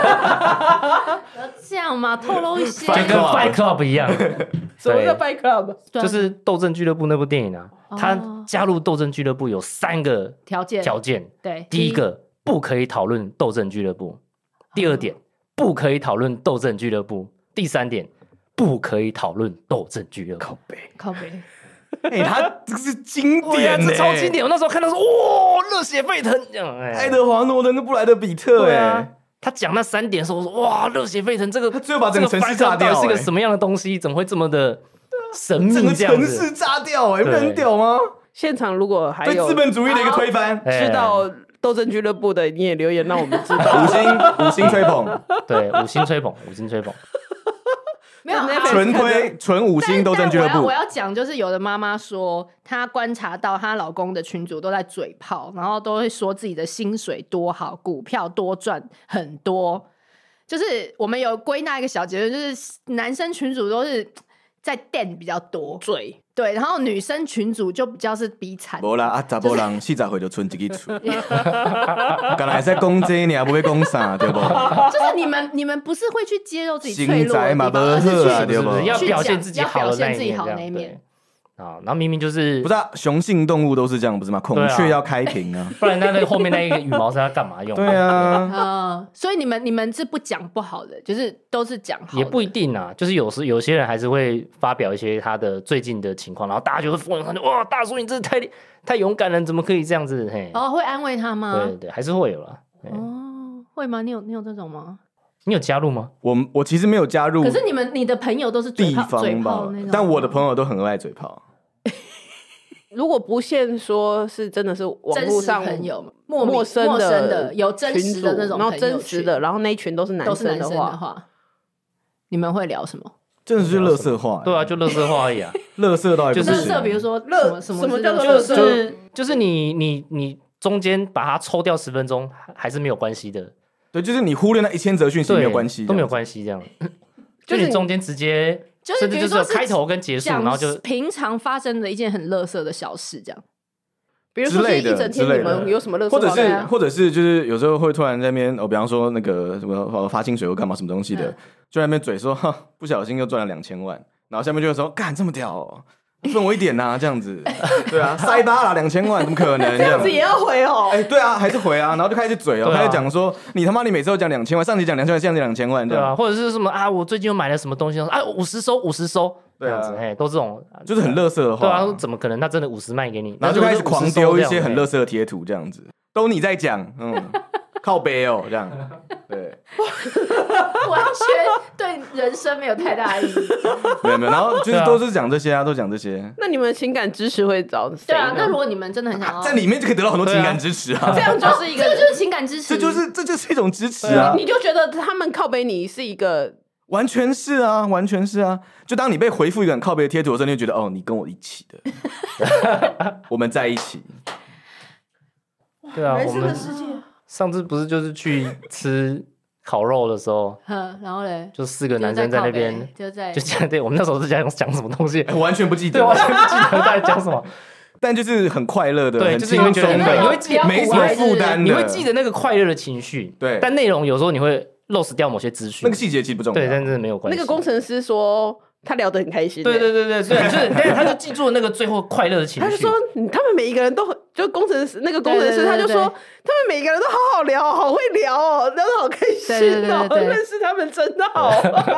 这样嘛，透露一些。 就跟 Fight Club 一样， 什么叫对 Fight Club？ 对啊就是《斗争俱乐部》那部电影啊，他加入斗争俱乐部有3个条件， 条件， 对， 第一个不可以讨论斗争俱乐部，第二点不可以讨论斗争俱乐部，第3点不可以讨论斗争俱乐部。 靠北。 哎，他这是经典这呢， 超经典！我那时候看到说，哇，热血沸腾这样。 爱德华诺登跟布莱德比特， 对啊哎，， 他讲那3点的时候，我说哇，热血沸腾，这个他最后把整个城市炸掉这个 Fight Club 到底是个哎什么样的东西？怎么会这么的神秘整个这样城市子？ 炸掉，哎，不对很屌吗？ 现场如果还对有资本主义的一个推翻， 哎知道斗争俱乐部的，你也留言让我们知道。 五星吹捧， 对，五星吹捧，五星吹捧。 没有， 那好纯推纯五星斗争俱乐部但我。要讲，就是有的妈妈说，她观察到她老公的群组都在嘴炮，然后都会说自己的薪水多好，股票多赚很多。就是我们有归纳一个小结论，就是男生群组都是在电比较多， 嘴对，然后女生群组就比较是比惨。 无啦，啊，查甫人40岁就剩一个厝，刚才在讲这呢，不会讲啥，对不？ 就是你们不是会去揭露自己脆弱的地方， 身材嘛而是不好啊去对不要去表现自己讲要好的那一表现自己面，这样好的那一面。 对啊，然后明明就是不是啊，雄性动物都是这样，不是吗？孔雀要开屏啊。 不然那个后面那一个羽毛是要干嘛用？ 对，啊， 所以你们是不讲不好的，就是都是讲好的， 也不一定啊，就是有些人还是会发表一些他的最近的情况，然后大家就会疯人看，哇，大叔你真的太勇敢了，怎么可以这样子？嘿， 哦，会安慰他吗？ 对对，还是会有啦。 哦，会吗？你有这种吗？ 你有加入吗？ 我其实没有加入可是你的朋友都是地嘴方吧炮那种，， 但我的朋友都很爱嘴炮。 如果不限说是真的是网真实络上朋友陌生陌生的有真实的那种然后朋友真实的， 群然后那一群都是男都是男生的生的话， 话，你们会聊什么？ 真的是垃圾话， 对啊，就乐色话而已啊。 垃圾到就是乐色，比如说什么叫做乐垃圾就是你中间把它抽掉10分钟，还是没有关系的， 对，就是你忽略那1000则讯息对， 没有关系， 都没有关系，这样。 就是你中间直接， 就是甚至就是有比如说是开头跟结束， 讲然后就平常发生的一件很乐色的小事，这样。 比如说是之类的一整天你之类的们有什么乐色或者是话题啊或者是就是有时候会突然在那边比方说那个什么发薪水或干嘛什么东西的，就在那边嘴说哈，不小心又赚了2000万，然后下面就会说干这么屌哦，分我一点呐，这样子，对啊，塞巴啦2000万，怎么可能这样子也要回哦。 哎，对啊，还是回啊，然后就开始嘴哦， 对啊开始讲说你他妈你每次都讲2000万，上集讲2000万，现在讲2000万，这对啊， 样， 或者是什么啊，我最近又买了什么东西，啊50收，这对啊样子，哎，都这种， 就是很垃圾的对啊， 话， 怎么可能他真的50卖给你？ 然后就开始狂丢一些很垃圾， 圾的贴图，这样子，都你在讲，靠背哦，这样，对。 完全对人生没有太大意义。 没有，然后就是对啊都是讲这些啊，都讲这些， 那你们情感支持会找谁呢？ 对啊，那如果你们真的很想要， 在里面就可以得到很多情感支持啊这，样就是一个这个就是情感支持， 这就是一种支持啊， 你就觉得他们靠北你是一个完全是啊，完全是啊。就当你被回复一个很靠背的贴图的时候，你就觉得哦，你跟我一起的，我们在一起。 对啊，我们世界上次不是就是去吃烤肉的时候， 然后嘞， 就4个男生在那边， 就在就讲，对我们那时候是讲什么东西， 我完全不记对，完得， 全不记得在讲什么。 但就是很快乐的， 对很就是你会觉得轻松的， 你会记得没什么负担的， 你会记得那个快乐的情绪， 对但内容有时候你会 lost 掉某些资讯， 那个细节其实不重要。 对，但真的没有关那系。 个工程师说他聊得很开心， 对，就是但是他就记住了那个最后快乐的情绪。 他就说他们每一个人都就工程师那个工程师对对对对他就说他们每个人都好好聊，好会聊哦，聊得好开心哦， 对认识他们真好。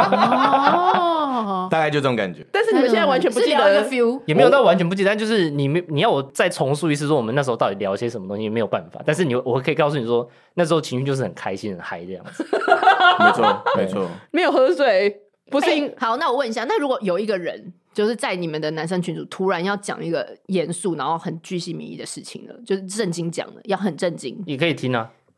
哦， 大概就这种感觉。 但是你们现在完全不记是聊一个得 feel， 也没有到完全不记得，但就是你要我再重述一次说我们那时候到底聊些什么东西，没有办法。但是我可以告诉你说，那时候情绪就是很开心、很嗨这样子。 没错，没错。 没有喝水，不是因好，那我问一下，那如果有一个人就是在你们的男生群组突然要讲一个严肃然后很巨细靡遗的事情了，就是正经讲的，要很正经， 也可以听啊，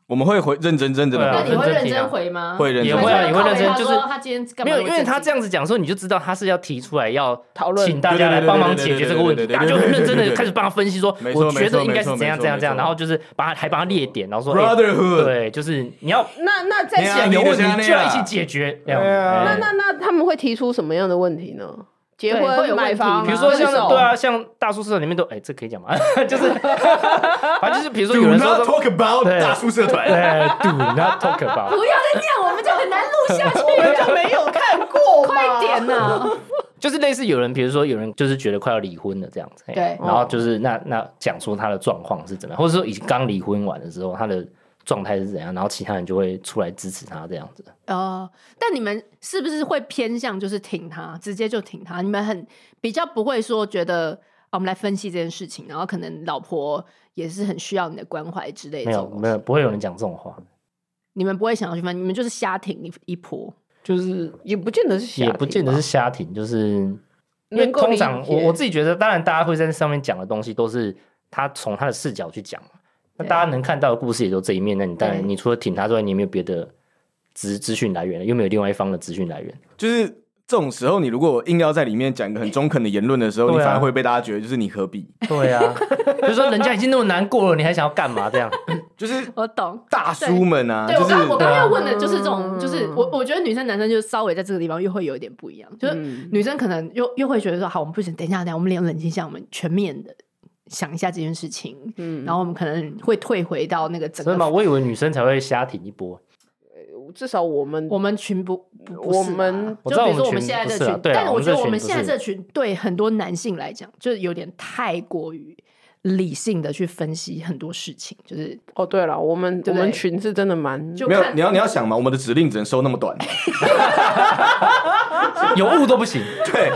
我们会认真的对啊那回， 你会认真认真听啊回吗？ 会认真也会啊， 你也会认真，就是他今天干没有， 嘛那么因为他震惊这样子讲说，你就知道他是要提出来要讨论请大家来帮忙解决这个问题， 对对对对对对对大家就很认真的开始帮他分析说， 没错我觉得应该是没错怎样怎样怎样， 没错然后就是还帮他列点，然后说 Brotherhood 对，就是你要那在你啊想有问题你就要一起解决，这样。 对啊哎那他们会提出什么样的问题呢？结对会婚、 有问题买房， 吗比如说像分手对啊，像大宿舍里面都这可以讲吗？就是反正就是比如说有 Do 人 not 说 talk about 对大宿舍团。 对，do not talk about， 不要再这样，我们就很难录下去我们了。 就没有看过嘛， 快点呐！ 就是类似有人，比如说有人就是觉得快要离婚了这样子，嘿对然后就是那讲说他的状况是怎么样，或者说已经刚离婚完的时候他的状态是怎样，然后其他人就会出来支持他这样子。 但你们是不是会偏向就是挺他，直接就挺他？你们比较不会说觉得我们来分析这件事情，然后可能老婆也是很需要你的关怀之类的。 没有，不会有人讲这种话， 你们不会想要去分，你们就是瞎挺一波。 就是也不见得是瞎挺吧， 也不见得是瞎挺，就是因为能够通常理解我自己觉得，当然大家会在上面讲的东西都是他从他的视角去讲嘛，那大家能看到的故事也就这一面，那你当然你除了挺他之外，你有没有别的资讯来源？又没有另外一方的资讯来源？ 就是这种时候，你如果硬要在里面讲一个很中肯的言论的时候， 对啊你反而会被大家觉得就是你何必？ 对啊，就是说人家已经那么难过了，你还想要干嘛？这样就是我懂。 大叔们啊， 对， 就是我刚对啊要问的就是这种，就是我觉得女生男生就稍微在这个地方又会有一点不一样，就是女生可能又会觉得说，好，我们不行，等一下，我们冷静一下，我们全面的想一下这件事情，然后我们可能会退回到那个整个所以嘛，我以为女生才会瞎挺一波。 至少我们群不是啊我们我知道就比如说我们我们群现在这群， 不是啊对啊但是我觉得我我们这群们现在这群对很多男性来讲，就是有点太过于理性的去分析很多事情，就是哦，对了，我们对不对我们群是真的蛮没有就看你要想嘛，我们的指令只能收那么短， 有误都不行， 对，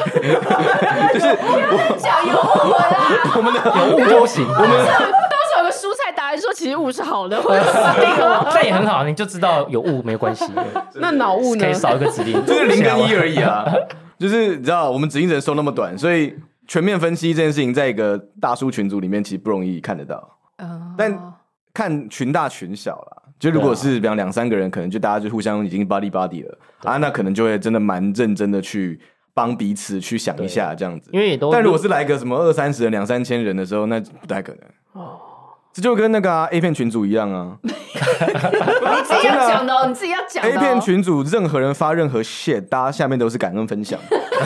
讲有误啦， 我们的有误都不行， 当时有个蔬菜达人说，其实误是好的，或者死定了。 但也很好，你就知道有误没关系， 那脑雾呢可以？少一个指令， 就是0跟1而已啊。就是你知道，我们指令只能收那么短，所以全面分析这件事情，在一个大叔群组里面其实不容易看得到。但看群大群小啦，就如果是比方2-3个人，可能就大家就互相已经 buddy 了啊，那可能就会真的蛮认真的去帮彼此去想一下这样子。 因为也都。 但如果是来个什么20-30人、2-3千人的时候，那不太可能。这就跟那个A 片群组一样啊。 你自己要讲的哦，你自己要讲的哦。 A 片群组任何人发任何 shit， 大家下面都是感恩分享，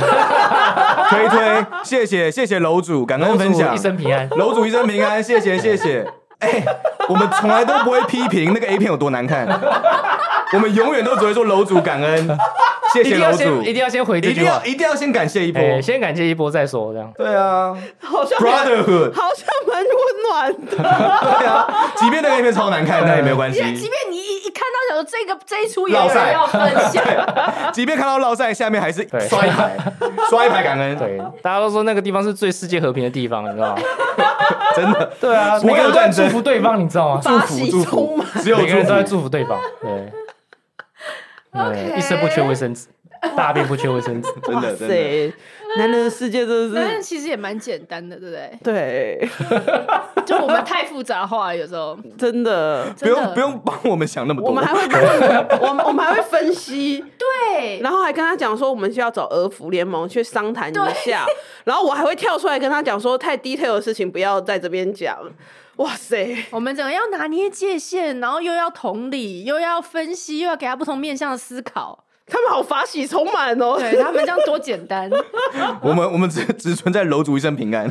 推，谢谢楼主，感恩分享， 一生平安。 楼主一生平安，谢谢。我们从来都不会批评那个 A 片有多难看，我们永远都只会说楼主感恩，谢谢楼主， 一定要先回这句话， 一定要先感谢一波， 先感谢一波再说，这样。 对啊好像 ，Brotherhood， 好像蛮温暖的。 对啊，即便那个 A 片超难看，那也没有关系因，为即便你一看到想说这一出也有落赛人要分享， 即便看到落赛下面还是对刷一排感恩， 对，大家都说那个地方是最世界和平的地方，你知道吗？ 真的， 对啊， 所有每个人都在战争祝福对方，你知道吗？ 法喜充福满， 只有祝每个人都在福。 祝福对方，对。 OK 一生不缺卫生纸，大便不缺卫生纸。 真的真的， 塞，男人的世界真的是但是其实也蛮简单的，对不对？ 对， 就我们太复杂化了，有时候真的。 不用帮我们想那么多， 我们还会帮我们还会分析， 对， 然后还跟他讲说，我们需要找儿福联盟去商谈一下。然后我还会跳出来跟他讲说，太 detail 的事情不要在这边讲。哇塞， 我们整个要拿捏界限，然后又要同理，又要分析，又要给他不同面向的思考。 他们好法喜充满哦。 对他们这样多简单。 我们只存在楼主一生平安。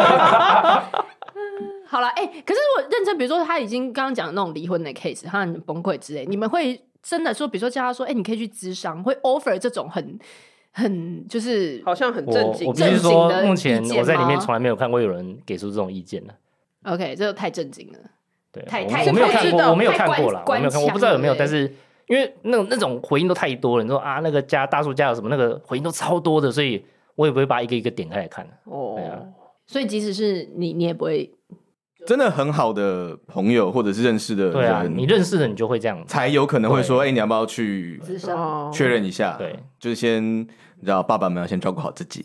好了，可是我认真，比如说他已经刚刚讲的那种离婚的 case，他很崩溃之类，你们会真的说，比如说叫他说，你可以去咨商，会 offer 这种很就是好像很震惊我必须说， 正经的目前意见我在里面吗从来没有看过有人给出这种意见的。 OK，这个太震惊了。 对， 太我没有看过，我没有看太过啦，我官没有看过，我不知道有没有， 腔了但是因为那种回应都太多了，你说啊那个大叔家有什么那个回应都超多的，所以我也不会把一个一个点开来看。 哦对啊， 所以即使是你也不会真的很好的朋友或者是认识的对啊， 人， 你认识的你就会这样。 才有可能会说，你要不要去咨商。 哦确认一下？ 对， 就是先你知道，爸爸们要先照顾好自己。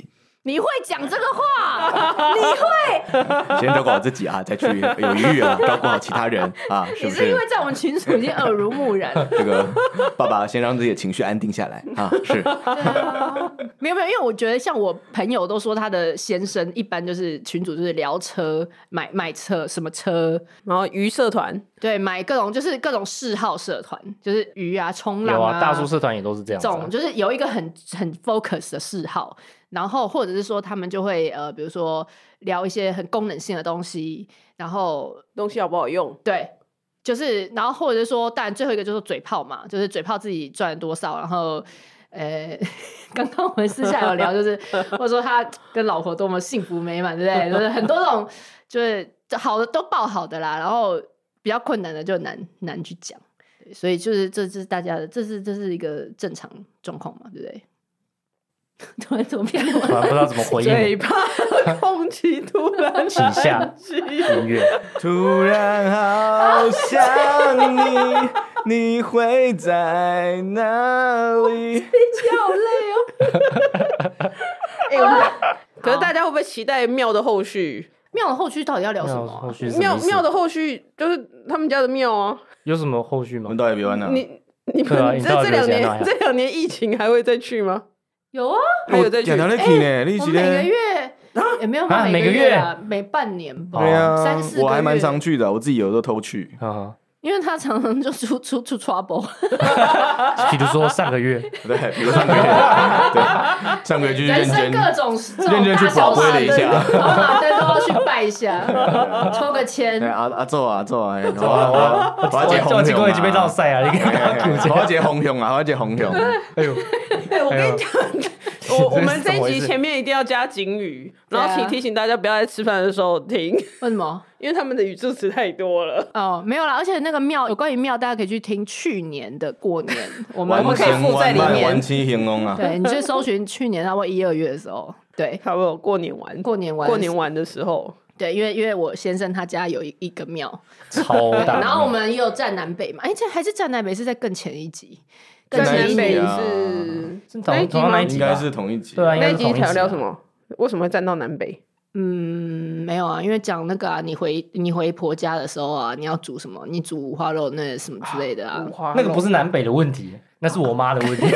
你会讲这个话，你会， 先照顾好自己啊，再去有余裕啊，照顾好其他人啊，是不是你是因为？在我们群组已经耳濡目染。 这个爸爸先让自己的情绪安定下来啊，是。 没有，因为我觉得像我朋友都说他的先生一般就是群主就是聊车、买车什么车， 然后鱼社团， 对，买各种就是各种嗜好社团，就是鱼啊、冲浪有啊，大叔社团也都是这样子啊。 这种就是有一个很 focus 的嗜好，然后或者是说他们就会比如说聊一些很功能性的东西，然后东西好不好用？ 对，就是然后或者是说，当然最后一个就是嘴炮嘛，就是嘴炮自己赚了多少，然后刚刚我们私下有聊，就是或者说他跟老婆多么幸福美满，对不对？就是很多种，就是好的都报好的啦，然后比较困难的就难去讲。所以就是这是大家的，这是一个正常状况嘛，对不对？突然怎么变突然不知道怎么回嘴应， 巴空气突然请下音乐。 突然好想你，你会在哪里？ 好累哦。 可是大家会不会期待庙的后续？ 庙的后续到底要聊什么啊、 后续是什么意思庙的后续就是他们家的庙啊。 有什么后续吗我们？到底别玩了。 你们对啊你到底这两有谁要年这2年疫情还会再去吗？ 有啊， 还有再去点？到你去呢，你是我每个咧？ 月也没有啊每每个月啊，每半年吧， 对啊 3-4个月， 我还蛮常去的，我自己有时候偷去。 啊， 因为他常常就出 trouble。 比如说上个月， 对，比如上个月，对，上个月就是人生认真各种认真去保龟了一下跑马灯都要去拜一下，抽个签对。阿做啊，我要我这个已经被绕赛啊！你看他 Q 我要接红熊啊，我要接红熊。 哎呦， 对，我跟你讲，我们这一集怎么回事前面一定要加警语，然后对啊提醒大家不要在吃饭的时候听， 为什么？ 因为他们的语助词太多了。 哦，没有啦，而且那个庙有关于庙，大家可以去听去年的过年，我们可以附在里面完期形容啊。 对，你去搜寻去年差不多1-2月的时候，对， 差不多过年完， 过年完的时候， 对，因为我先生他家有一个庙， 超大。 然后我们也有站南北嘛，哎，这还是站南北是在更前一集，更在前一集南北啊是同样那一集吧应该是同一集。 对啊，应那一集该是同一集啊。 聊聊什么？为什么会站到南北？ 没有啊，因为讲那个啊，你回婆家的时候啊，你要煮什么？你煮五花肉那什么之类的啊。 五花肉那个不是南北的问题，那是我妈的问题。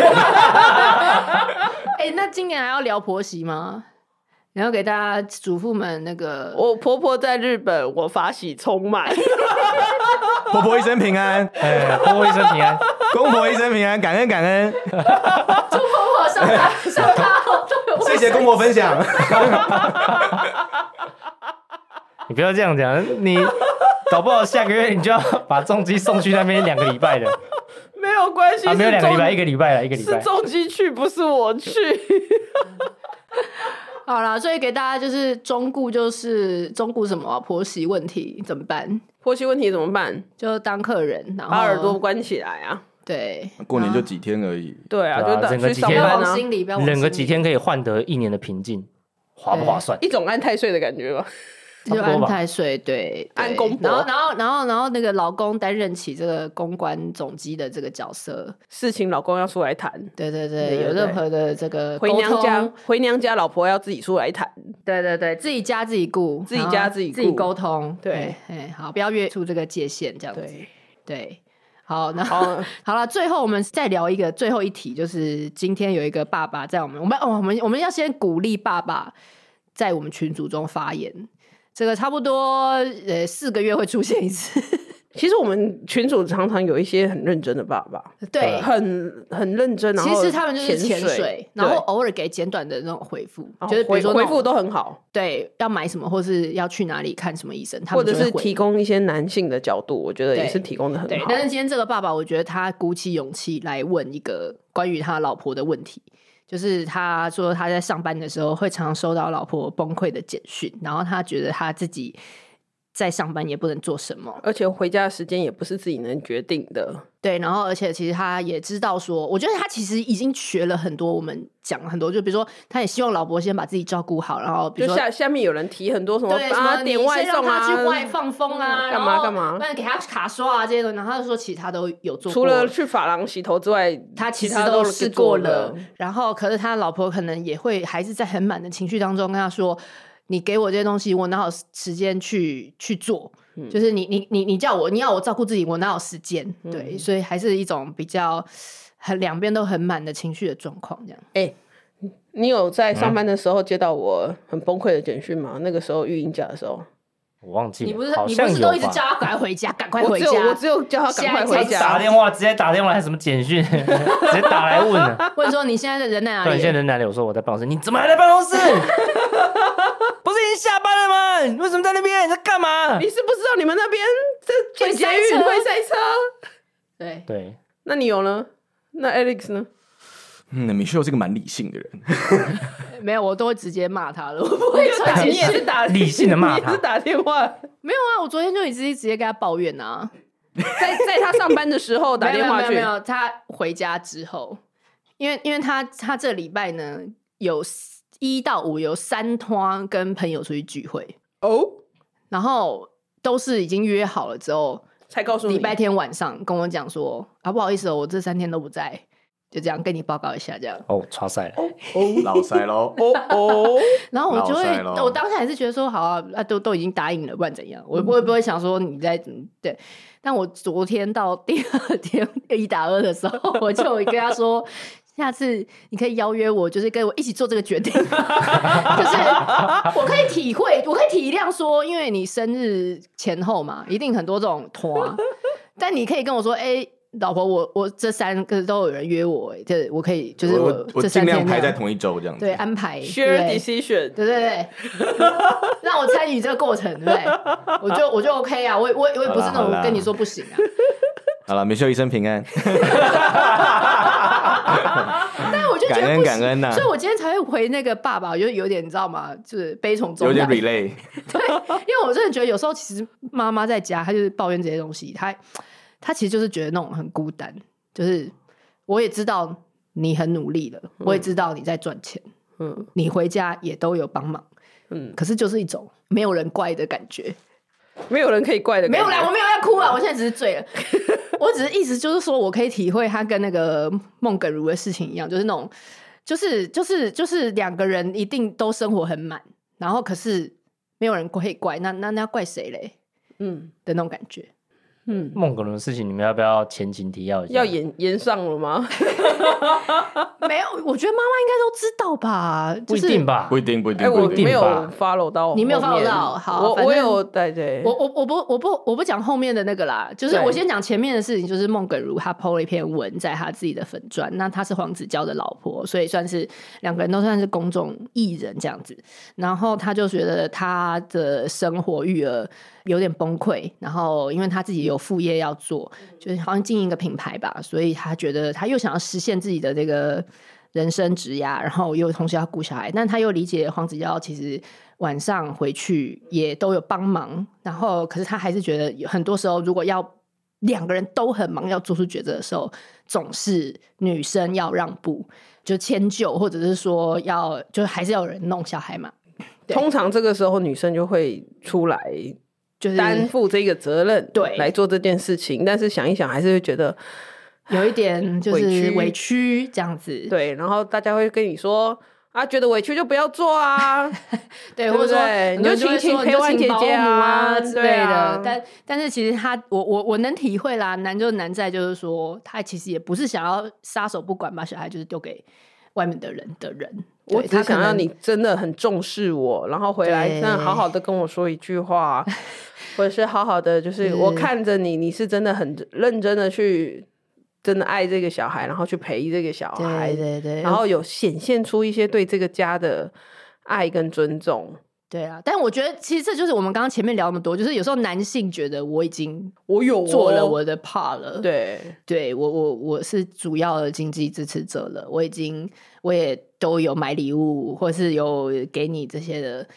哎，那今年还要聊婆媳吗？你要给大家主妇们那个， 我婆婆在日本，我法喜充满。 婆婆一生平安， 哎，婆婆一生平安。 公婆一生平安，感恩感恩， 祝婆婆上大好， 谢谢公婆分享。 你不要这样讲，你搞不好下个月你就要把重机送去那边2个礼拜了。 没有关系， 啊，没有2个礼拜， 是 1个礼拜了，1个礼拜。 是重机去，不是我去。 好啦，所以给大家就是中顾什么啊婆媳问题怎么办？ 婆媳问题怎么办？ 就当客人，然后把耳朵关起来啊！ 对， 过年就几天而已， 对啊， 对啊就去整个几天不要上班啊， 往心里，不要往忍个心里几天可以换得1年的平静，划不划算？ 一种安太岁的感觉吧。 就安太岁，对， 安公婆然后那个老公担任起这个公关总机的这个角色， 事情老公要出来谈， 对， 对有任何的这个回娘沟家通， 老婆要自己出来谈。 对，自己家自己顾， 自己家自己顾自己沟通， 对， 好，不要越出这个界限，这样子，对。好，那好好了，最后我们再聊一个最后一题，就是今天有一个爸爸在我们要先鼓励爸爸在我们群组中发言，这个差不多4个月会出现一次， 其实我们群主常常有一些很认真的爸爸， 对， 很认真，然后其实他们就是潜水水，，然后偶尔给简短的那种回复， 对就是比如说那种回复都很好， 对要买什么，或是要去哪里看什么医生，他或者们就会回是提供一些男性的角度，我觉得也是提供的很好。， 对但是今天这个爸爸，我觉得他鼓起勇气来问一个关于他老婆的问题，就是他说他在上班的时候会常常收到老婆崩溃的简讯，然后他觉得他自己在上班也不能做什么， 而且回家的时间也不是自己能决定的。 对，然后而且其实他也知道说，我觉得他其实已经学了很多，我们讲了很多，就比如说他也希望老婆先把自己照顾好，然后比如说下面有人提很多什么对，什么点外送啊， 你先让他去外放风啊， 干嘛干嘛， 不然给他卡刷啊这些的，然后他就说其实他都有做过， 除了去发廊洗头之外， 他其实他都试过了了。 然后可是他老婆可能也会还是在很满的情绪当中跟他说，你给我这些东西我哪有时间去做，就是你叫我，你要我照顾自己，我哪有时间？对，所以还是一种比较两边都很满的情绪的状况这样。 你有在上班的时候接到我很崩溃的简讯吗？那个时候育婴假的时候， 我忘记了， 你不是好像有都一直吧叫他赶快回家，赶快回家。 我只有叫他赶快回他家。 打电话直接打电话来什么简讯，直接打来问了。 问说你现在人在哪对， 里？ 你现在人哪里？我说我在办公室。你怎么还在办公室？不是已经下班了吗？你为什么在那边？你在干嘛？ 你是不知道你们那边这捷会塞车运会塞车？ 对， 对， 那你有呢？那 Alex 呢？ Michelle 是个蛮理性的人， 没有，我都会直接骂他了，我不会传简你也讯。 是打理性的骂他你也是打电话， 没有啊，我昨天就直接跟他抱怨啊。 在他上班的时候打电话去。 没有，他回家之后，因为他这礼拜呢有1到5有3趟跟朋友出去聚会哦， 然后都是已经约好了之后， 才告诉你礼拜天晚上跟我讲说啊，不好意思哦，我这3天都不在，就这样跟你报告一下这样。 哦，超赛了。 老塞喽。 然后我就会老塞咯， 我当时还是觉得说好啊，都已经答应了，不然怎样？我不会想说你在对。但我昨天到第2天1打2的时候，我就跟他说，下次你可以邀约我，就是跟我一起做这个决定，就是我可以体会，我可以体谅说，因为你生日前后嘛，一定很多这种团，但你可以跟我说，老婆，我这3个都有人约我，就是我可以，就是我这3天尽量排在同一周这样子。 对安排 share 对 decision， 对，让我参与这个过程，对不对？我就 OK 啊，我也不是那种好啦跟你说不行啊。 好了，Michelle 一生平安。 但我就觉得不行感恩呐所以我今天才会回那个爸爸，我就有点你知道吗？就是悲从中来， 有点 relay。 对，因为我真的觉得有时候其实妈妈在家，她就是抱怨这些东西，她其实就是觉得那种很孤单。就是我也知道你很努力了，我也知道你在赚钱，你回家也都有帮忙，可是就是一种没有人怪的感觉。 没有人可以怪的感觉。 没有啦，我没有要哭啊，我现在只是醉了。我只是意思就是说我可以体会他跟那个孟耿如的事情一样，就是那种，就是2个人一定都生活很满，然后可是没有人可以怪，那要怪谁嘞？的那种感觉。 孟耿如的事情，你们要不要前情提要一下？ 要延上了吗？ 没有，我觉得妈妈应该都知道吧？ 不一定吧？ 不一定，不一定， 我不一定。 没有吧 follow 到， 你没有 follow 到好反正我有对， 我不讲后面的那个啦，就是对我先讲前面的事情，就是孟耿如她 po 了一篇文在她自己的粉专，那她是黄子佼的老婆，所以算是2个人都算是公众艺人这样子，然后她就觉得她的生活育儿有点崩溃，然后因为她自己有副业要做，就是好像经营一个品牌吧，所以她觉得她又想要实现自己的这个人生职涯，然后又同时要顾小孩，但她又理解黄子佼其实晚上回去也都有帮忙，然后可是她还是觉得很多时候如果要2个人都很忙要做出抉择的时候，总是女生要让步，就迁就，或者是说就还是要有人弄小孩嘛。 通常这个时候女生就会出来就是担负这个责任， 对来做这件事情。但是想一想，还是会觉得有一点就是委屈这样子， 对。然后大家会跟你说啊，觉得委屈就不要做啊， 对， 对不或者说对你就请陪玩姐姐啊之类对的。 啊但是其实我能体会啦，难就难在就是说，他其实也不是想要撒手不管，把小孩就是丢给外面的人。 我对他可能只想让你真的很重视我，然后回来对真的好好的跟我说一句话，或者是好好的，就是我看着你，你是真的很认真的去真的爱这个小孩，然后去陪这个小孩， 对， 然后有显现出一些对这个家的爱跟尊重。 对啊，但我觉得其实这就是我们刚刚前面聊那么多，就是有时候男性觉得我已经我有做了我的 part 了， 对我是主要的经济支持者了，我也都有买礼物，或是有给你这些的，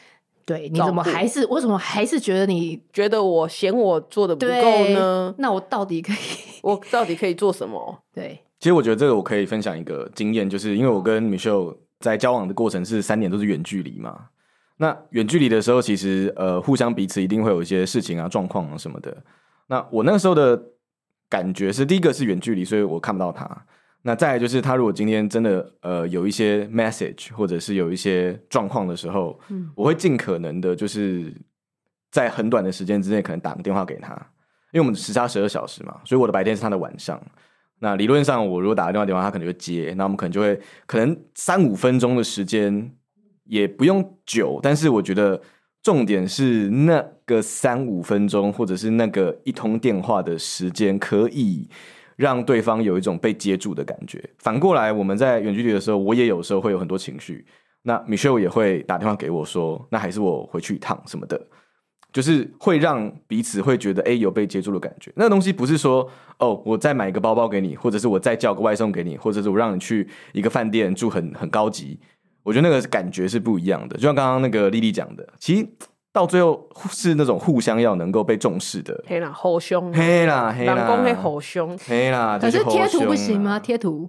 对，你怎么为什么还是觉得你觉得我嫌我做的不够呢？ 那我到底可以做什么？ 对， 其实我觉得这个我可以分享一个经验，就是因为我跟 Michelle 在交往的过程是3年都是远距离嘛。那远距离的时候，其实互相彼此一定会有一些事情啊、状况啊什么的。那我那个时候的感觉是，第一个是远距离，所以我看不到他。那再来就是他如果今天真的有一些 message 或者是有一些状况的时候，我会尽可能的就是在很短的时间之内可能打个电话给他，因为我们时差12小时嘛，所以我的白天是他的晚上。那理论上我如果打个电话他可能就会接，那我们可能就会可能3-5分钟的时间也不用久，但是我觉得重点是那个3-5分钟或者是那个一通电话的时间可以让对方有一种被接住的感觉。反过来我们在远距离的时候，我也有时候会有很多情绪，那 Michelle 也会打电话给我说那还是我回去一趟什么的，就是会让彼此会觉得有被接住的感觉。那个东西不是说我再买一个包包给你，或者是我再叫个外送给你，或者是我让你去一个饭店住很高级，我觉得那个感觉是不一样的。就像刚刚那个丽丽讲的，其实到最后是那种互相要能够被重视的。 嘿啦，好凶， 嘿啦， 人讲嘿好凶， 嘿啦。 可是贴图不行吗？贴图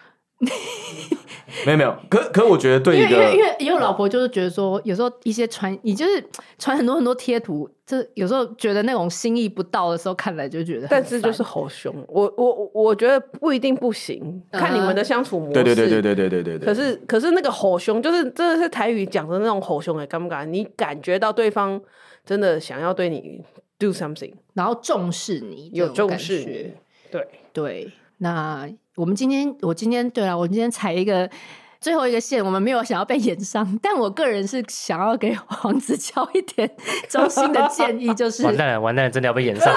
没有，可我觉得对一个， 因为我老婆就是觉得说，有时候一些你就是传很多贴图，这有时候觉得那种心意不到的时候，看来就觉得很烦， 但是就是好凶。我觉得不一定不行，看你们的相处模式。 对。 可是那个吼凶，就是真的是台语讲的那种吼凶，敢不敢？你感觉到对方真的想要对你 do something， 然后重视你， 有重视你， 对。那我今天踩一个最后一个线，我们没有想要被演上，但我个人是想要给黄子佼一点衷心的建议，就是完蛋了，真的要被演上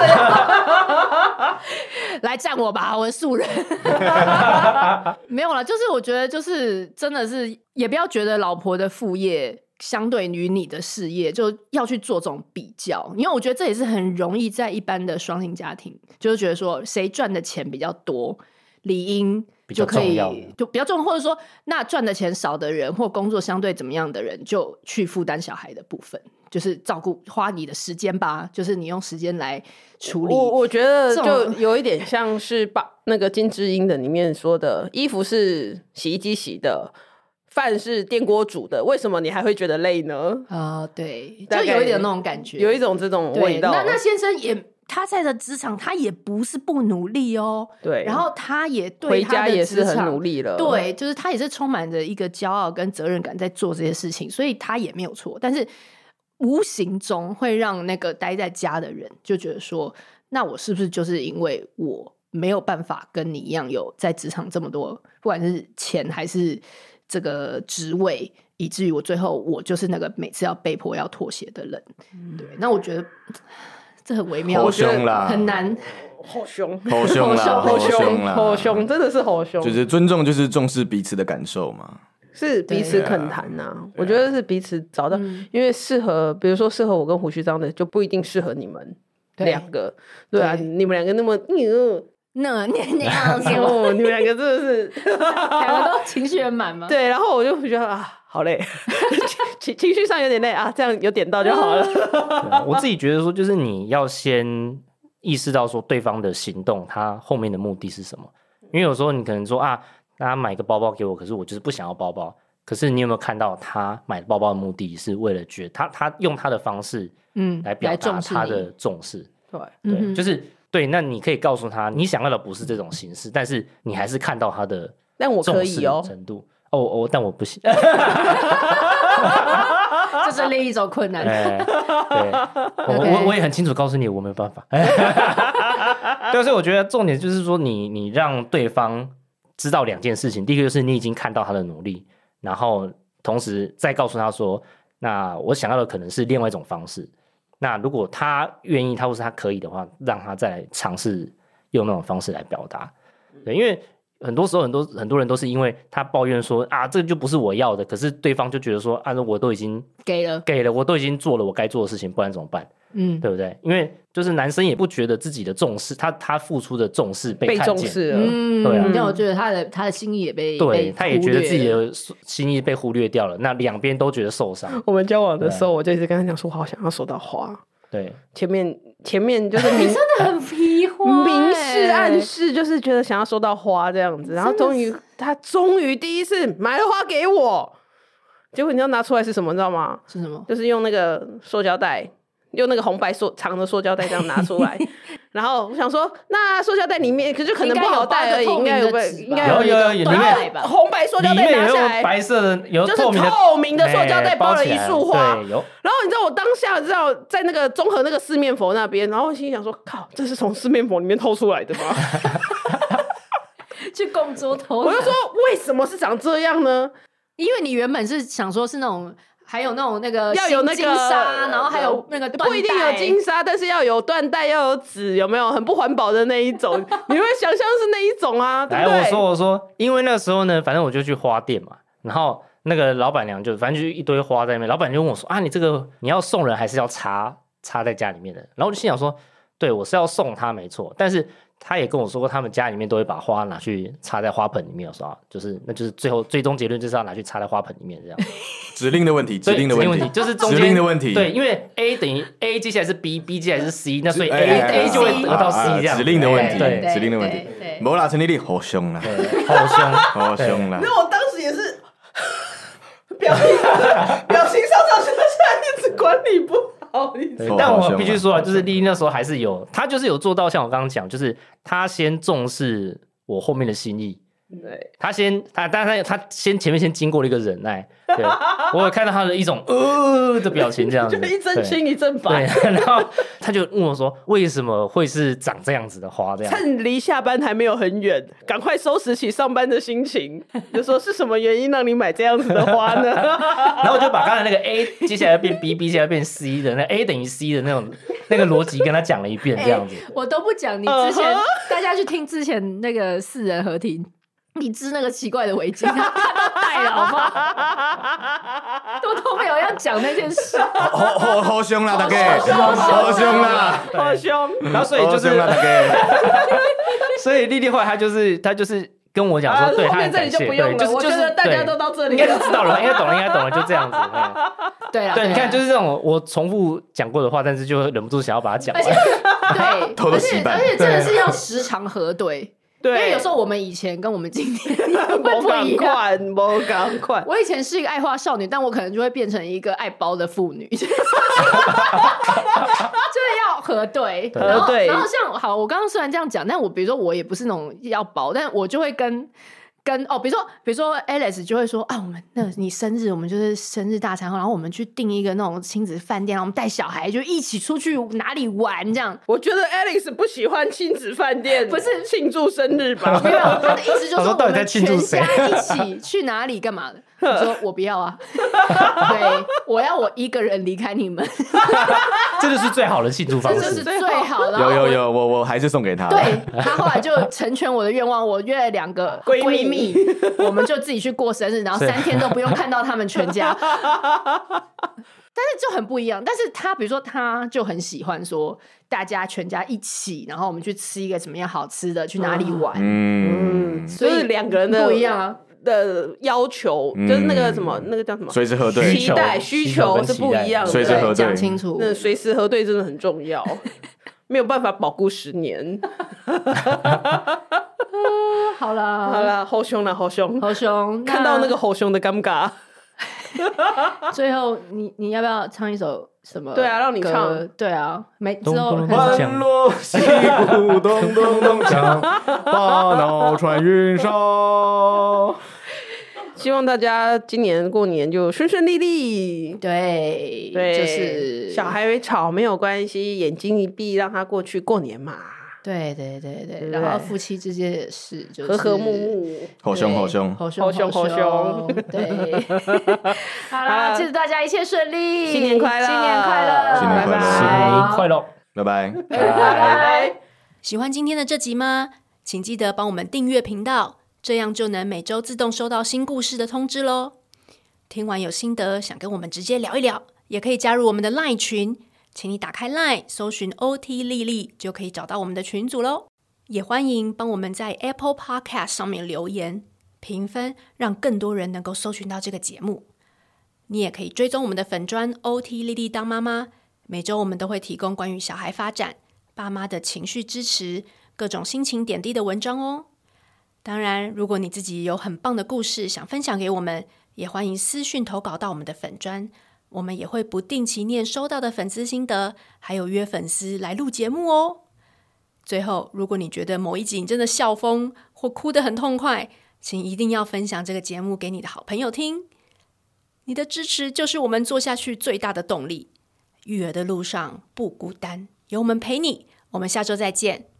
来站我吧，我是素人。没有啦，就是我觉得就是真的是也不要觉得老婆的副业相对于你的事业就要去做这种比较，因为我觉得这也是很容易在一般的双薪家庭就是觉得说谁赚的钱比较多理应就可以就比较重要，或者说那赚的钱少的人或工作相对怎么样的人就去负担小孩的部分，就是照顾花你的时间吧，就是你用时间来处理。 我觉得就有一点像是把那个金智英的里面说的，衣服是洗衣机洗的，饭是电锅煮的，为什么你还会觉得累呢？ 对，就有一点那种感觉， 有一种这种味道。 那先生也他在的职场，他也不是不努力哦。 对， 然后他也对回家也是很努力了。 对，就是他也是充满着一个骄傲跟责任感在做这些事情，所以他也没有错。但是无形中会让那个待在家的人就觉得说，那我是不是就是因为我没有办法跟你一样有在职场这么多，不管是钱还是这个职位，以至于我最后我就是那个每次要被迫要妥协的人。对，那我觉得这很微妙， 好凶啦， 很难， 好凶， 好凶啦，好凶啦， 好凶，真的是好凶。 就是尊重，就是重视彼此的感受嘛， 是彼此肯谈呐。我觉得是彼此找到，因为适合，比如说适合我跟胡须章的，就不一定适合你们两个。对啊，你们两个那么你们两个真的是两个都情绪很满吗？ 对，然后我就觉得好累，情绪上有点累啊，这样有点到就好了。 我自己觉得说，就是你要先意识到说对方的行动，他后面的目的是什么。因为有时候你可能说他买个包包给我，可是我就是不想要包包。可是你有没有看到他买包包的目的是为了觉得他用他的方式来表达他的重视。对，就是对。那你可以告诉他，你想要的不是这种形式，但是你还是看到他的重视程度。但我不行。 这是另一种困难。 对，我也很清楚告诉你，我没有办法。对，所以我觉得重点就是说你让对方知道2件事情。第一个就是你已经看到他的努力，然后同时再告诉他说，那我想要的可能是另外一种方式。那如果他愿意，他或是他可以的话，让他再来尝试用那种方式来表达。对，因为很多时候很多人都是因为他抱怨说啊，这个就不是我要的，可是对方就觉得说啊，我都已经给了， 我都已经做了我该做的事情，不然怎么办？对不对？因为就是男生也不觉得自己的重视，他付出的重视被看见， 重视了。 对啊， 但我觉得他的心意也被对，他也觉得自己的的心意被忽略掉了，那两边都觉得受伤。 我们交往的时候，我就一直跟他讲说，我好想要收到花。 对， 前面就是真的很皮花， 明示暗示，就是觉得想要收到花这样子。然后他终于第一次买了花给我，结果你知道拿出来是什么？你知道吗？ 是什么？ 就是用那个塑胶袋。用那个红白长的塑胶袋这样拿出来，然后我想说，那塑胶袋里面就可能不好带而已，应该有里面红白塑胶袋拿下来， 白色的有就是透明的塑胶袋包了一束花。 对，有。 然后你知道我当下知道在那个综合那个四面佛那边，然后我心里想说，靠，这是从四面佛里面偷出来的吗？ 去供桌偷， 我就说为什么是长这样呢？ 因为你原本是想说是那种。还有那个要有那个金沙，然后还有那个缎带， 不一定有金沙，但是要有缎带，要有纸，有没有？很不环保的那一种，你会想象是那一种啊？对不对？ 来，我说，因为那时候呢，反正我就去花店嘛，然后那个老板娘就反正就一堆花在那边，老板就问我说啊，你这个你要送人还是要插在家里面的？然后我就心想说，对我是要送他没错，但是他也跟我说过，他们家里面都会把花拿去插在花盆里面。我说啊，那就是最终结论就是要拿去插在花盆里面这样。 指令的问题，就是中间指令的问题。 对，因为 A 等于 A 接下来是 B 接下来是 C， 那所以 A 就会得到 C 这样。 指令的问题， 对， 指令的问题。没啦，陈丽丽好凶啦，好凶啦。 那我当时也是表情上一直管理不好。 但我必须说啊，就是丽丽那时候还是她就是有做到像我刚刚讲，就是她先重视我后面的心意。 对， 他先前面先经过了一个忍耐，对，我有看到他的一种的表情，这样子， 就一阵青一阵白， 对，然后他就问我说，为什么会是长这样子的花？这样， 趁离下班还没有很远，赶快收拾起上班的心情，就说是什么原因让你买这样子的花呢？ 然后我就把刚才那个 A 接下来变 B 接下来变 C 的那 A 等于 C 的那个逻辑跟他讲了一遍，这样子。 我都不讲，你之前大家去听之前那个4人合体。你织那个奇怪的围巾，他都带了，好不好？都没有要讲那件事。 好凶啦，大概，好凶啦， 好凶。 然后所以就是，所以丽丽后来她就是跟我讲说，对，她很感谢，对， 我觉得大家都到这里， 应该就知道了，应该懂了，就这样子。 对啊， 对，你看，就是这种我重复讲过的话，但是就忍不住想要把它讲完。 对， 偷偷洗版， 而且真的是要时常核对。 对， 因为有时候我们以前跟我们今天会不一样。 不赶快！ 我以前是一个爱花少女，但我可能就会变成一个爱包的妇女，就是要核对。然后像我刚刚虽然这样讲，但我比如说我也不是那种要包，但我就会跟比如说 Alice 就会说啊，我们你生日，我们就是生日大餐，然后我们去订一个那种亲子饭店，然后我们带小孩就一起出去哪里玩这样。 我觉得 Alice 不喜欢亲子饭店，不是庆祝生日吧？ 没有，他的意思就是说到底在庆祝谁？ 全家一起去哪里干嘛的？我说我不要啊，对，我要我一个人离开你们， 这就是最好的庆祝方式， 这就是最好的。 有，我还是送给他。 对，他后来就成全我的愿望，我约了2个闺蜜，我们就自己去过生日，然后3天都不用看到他们全家。但是就很不一样，但是他比如说他就很喜欢说大家全家一起，然后我们去吃一个什么样好吃的，去哪里玩， 所以2个人的不一样啊。 的要求就是那个什么，那个叫什么？ 随时核对， 期待需求是不一样的， 随时核对， 讲清楚。 那随时核对真的很重要，没有办法保固10年。 好啦， 好凶了，好凶，看到那个好凶的尴尬。 最后，你要不要唱一首什么？ 对啊，让你唱。 对啊，之后欢乐西鼓咚咚咚锵，把脑穿云霄。 希望大家今年过年就顺顺利利。 对，就是小孩吵没有关系，眼睛一闭，让他过去过年嘛。 对，然后夫妻之间也是，就是和和睦睦， 好凶， 对，好啦，祝大家一切顺利， 新年快乐， 新年快乐， 新年快乐， 拜拜， 喜欢今天的这集吗？请记得帮我们订阅频道， 这样就能每周自动收到新故事的通知咯。听完有心得，想跟我们直接聊一聊，也可以加入我们的 LINE 群，请你打开 LINE 搜寻 OT 丽丽，就可以找到我们的群组咯。也欢迎帮我们在 Apple Podcast 上面留言评分，让更多人能够搜寻到这个节目。你也可以追踪我们的粉专 OT 丽丽当妈妈，每周我们都会提供关于小孩发展、爸妈的情绪支持、各种心情点滴的文章哦。当然，如果你自己有很棒的故事想分享给我们，也欢迎私讯投稿到我们的粉专，我们也会不定期念收到的粉丝心得，还有约粉丝来录节目哦。最后，如果你觉得某一集你真的笑疯或哭得很痛快，请一定要分享这个节目给你的好朋友听。你的支持就是我们做下去最大的动力。育儿的路上不孤单，有我们陪你。我们下周再见。